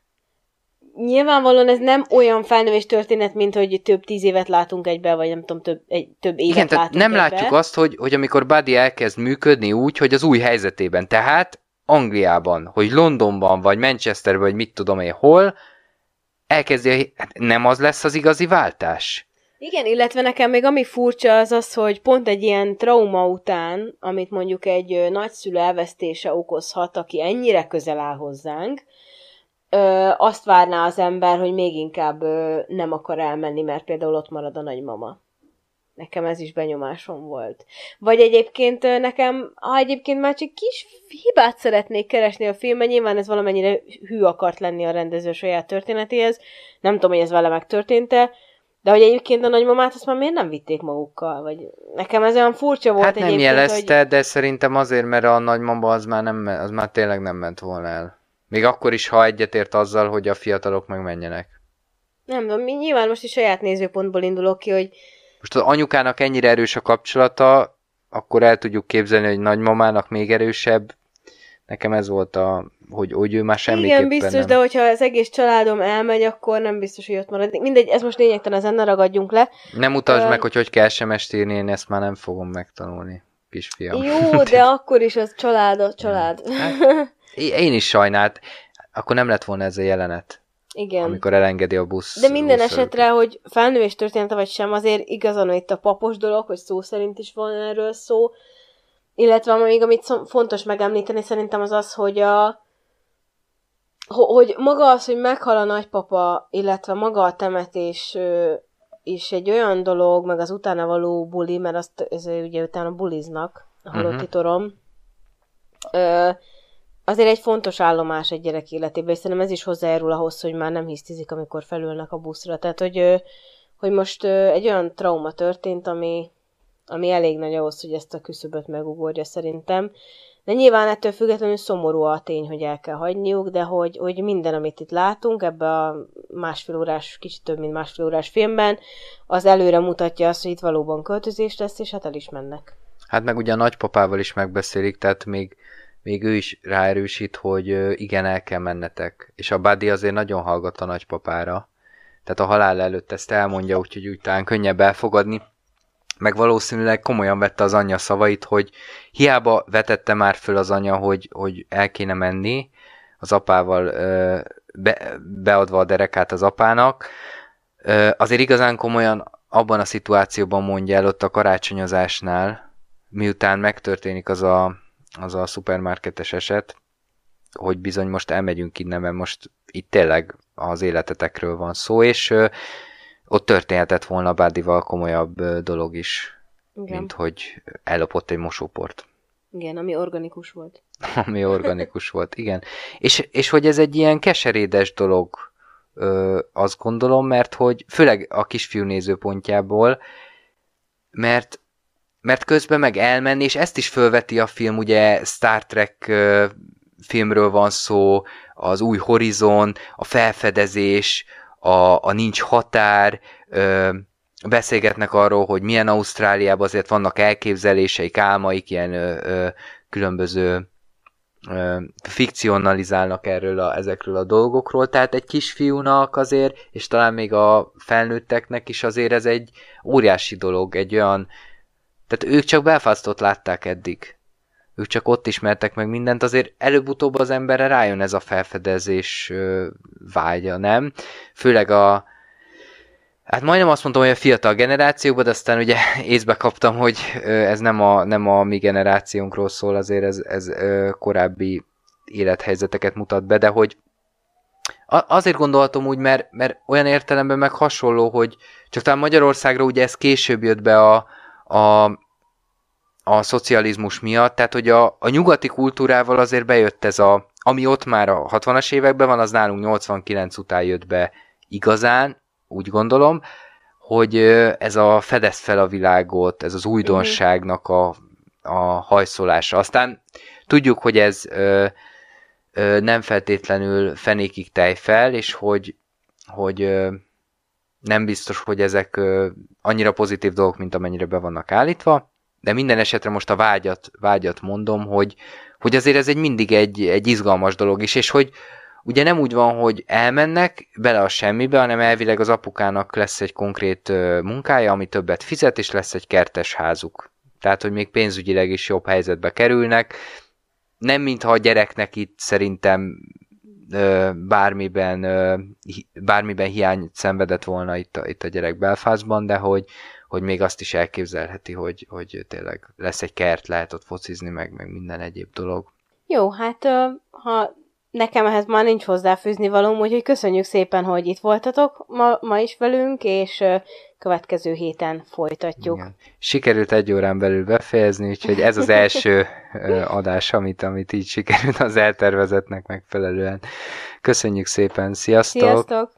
Nyilvánvalóan ez nem olyan felnövés történet, mint hogy több tíz évet látunk egybe, vagy nem tudom, több, egy, több évet igen, látunk nem egybe. látjuk azt, hogy, hogy amikor Buddy elkezd működni úgy, hogy az új helyzetében, tehát Angliában, hogy Londonban, vagy Manchesterben, vagy mit tudom én hol, elkezdi, hát nem az lesz az igazi váltás. Igen, illetve nekem még ami furcsa az az, hogy pont egy ilyen trauma után, amit mondjuk egy nagyszülő elvesztése okozhat, aki ennyire közel áll hozzánk, Ö, azt várná az ember, hogy még inkább ö, nem akar elmenni, mert például ott marad a nagymama. Nekem ez is benyomásom volt. Vagy egyébként ö, nekem, ha egyébként már csak kis hibát szeretnék keresni a filmben, nyilván ez valamennyire hű akart lenni a rendező saját történetéhez. Nem tudom, hogy ez vele megtörtént-e, de hogy egyébként a nagymamát azt már miért nem vitték magukkal? Vagy nekem ez olyan furcsa volt hát egyébként, nem jelezte, hogy... de szerintem azért, mert a nagymama az már, nem, az már tényleg nem ment volna el. Még akkor is, ha egyetért azzal, hogy a fiatalok megmenjenek. Nem tudom, nyilván most is saját nézőpontból indulok ki, hogy... Most az anyukának ennyire erős a kapcsolata, akkor el tudjuk képzelni, hogy nagymamának még erősebb. Nekem ez volt a... hogy, hogy ő már semmiképpen igen, biztos, nem. De hogyha az egész családom elmegy, akkor nem biztos, hogy ott marad. Mindegy, ez most lényegtelen, ezen ne ragadjunk le. Nem utasd uh, meg, hogy hogy kell es em es-t írni, én ezt már nem fogom megtanulni, kisfiam. Jó, de akkor is az család, a család. Hát, én is sajnált. Akkor nem lett volna ez a jelenet. Igen. amikor elengedi a busz. De minden esetre, hogy felnővés története vagy sem, azért igazán itt a papos dolog, hogy szó szerint is van erről szó, illetve még amit fontos megemlíteni szerintem az az, hogy a hogy maga az, hogy meghal a nagypapa, illetve maga a temetés is egy olyan dolog, meg az utána való buli, mert azt ez ugye utána buliznak, a halotti uh-huh. torom, azért egy fontos állomás egy gyerek életében, és szerintem ez is hozzájárul ahhoz, hogy már nem hisztizik, amikor felülnek a buszra. Tehát, hogy, hogy most egy olyan trauma történt, ami, ami elég nagy ahhoz, hogy ezt a küszöböt megugorja szerintem. De nyilván ettől függetlenül szomorú a tény, hogy el kell hagyniuk, de hogy, hogy minden, amit itt látunk ebbe a másfél órás, kicsit több, mint másfél órás filmben, az előre mutatja azt, hogy itt valóban költözés lesz, és hát el is mennek. Hát meg ugye a nagypapával is megbeszélik, tehát még, még ő is ráerősít, hogy igen, el kell mennetek. És a Buddy azért nagyon hallgat a nagypapára. Tehát a halál előtt ezt elmondja, úgyhogy úgy talán könnyebb elfogadni. Meg valószínűleg komolyan vette az anyja szavait, hogy hiába vetette már föl az anya, hogy, hogy el kéne menni, az apával ö, be, beadva a derekát az apának, ö, azért igazán komolyan abban a szituációban mondja el ott a karácsonyozásnál, miután megtörténik az a, az a szupermarketes eset, hogy bizony most elmegyünk innen, mert most itt tényleg az életetekről van szó, és ö, ott történhetett volna Buddyval komolyabb dolog is, igen. Mint hogy ellopott egy mosóport. Igen, ami organikus volt. Ami organikus volt, igen. És, és hogy ez egy ilyen keserédes dolog, ö, azt gondolom, mert hogy főleg a kisfiú nézőpontjából, mert, mert közben meg elmenni, és ezt is fölveti a film, ugye Star Trek ö, filmről van szó, az új horizon, a felfedezés, A, a nincs határ, ö, beszélgetnek arról, hogy milyen Ausztráliában azért vannak elképzeléseik, álmaik, ilyen ö, ö, különböző ö, fikcionalizálnak erről a, ezekről a dolgokról, tehát egy kisfiúnak azért, és talán még a felnőtteknek is azért ez egy óriási dolog, egy olyan, tehát ők csak Belfastot látták eddig. Ők csak ott ismertek meg mindent, azért előbb-utóbb az emberre rájön ez a felfedezés vágya, nem? Főleg a, hát majdnem azt mondtam, hogy a fiatal generációban, de aztán ugye észbe kaptam, hogy ez nem a, nem a mi generációnkról szól, azért ez, ez korábbi élethelyzeteket mutat be, de hogy azért gondolhatom úgy, mert, mert olyan értelemben meg hasonló, hogy csak talán Magyarországra ugye ez később jött be a, a a szocializmus miatt, tehát hogy a, a nyugati kultúrával azért bejött ez a, ami ott már a hatvanas években van, az nálunk nyolcvankilenc után jött be igazán, úgy gondolom, hogy ez a fedezd fel a világot, ez az újdonságnak a, a hajszolása. Aztán tudjuk, hogy ez ö, ö, nem feltétlenül fenékig tejfel, és hogy, hogy ö, nem biztos, hogy ezek ö, annyira pozitív dolgok, mint amennyire be vannak állítva, de minden esetre most a vágyat, vágyat mondom, hogy, hogy azért ez egy mindig egy, egy izgalmas dolog is, és hogy ugye nem úgy van, hogy elmennek bele a semmibe, hanem elvileg az apukának lesz egy konkrét munkája, ami többet fizet, és lesz egy kertes házuk. Tehát, hogy még pénzügyileg is jobb helyzetbe kerülnek. Nem mintha a gyereknek itt szerintem bármiben, bármiben hiányt szenvedett volna itt a, itt a gyerek Belfastban, de hogy hogy még azt is elképzelheti, hogy, hogy tényleg lesz egy kert, lehet ott focizni, meg, meg minden egyéb dolog. Jó, hát ha nekem ehhez már nincs hozzáfűzni valóm, úgyhogy köszönjük szépen, hogy itt voltatok ma, ma is velünk, és következő héten folytatjuk. Igen. Sikerült egy órán belül befejezni, úgyhogy ez az első adás, amit, amit így sikerült az eltervezetnek megfelelően. Köszönjük szépen, sziasztok! Sziasztok!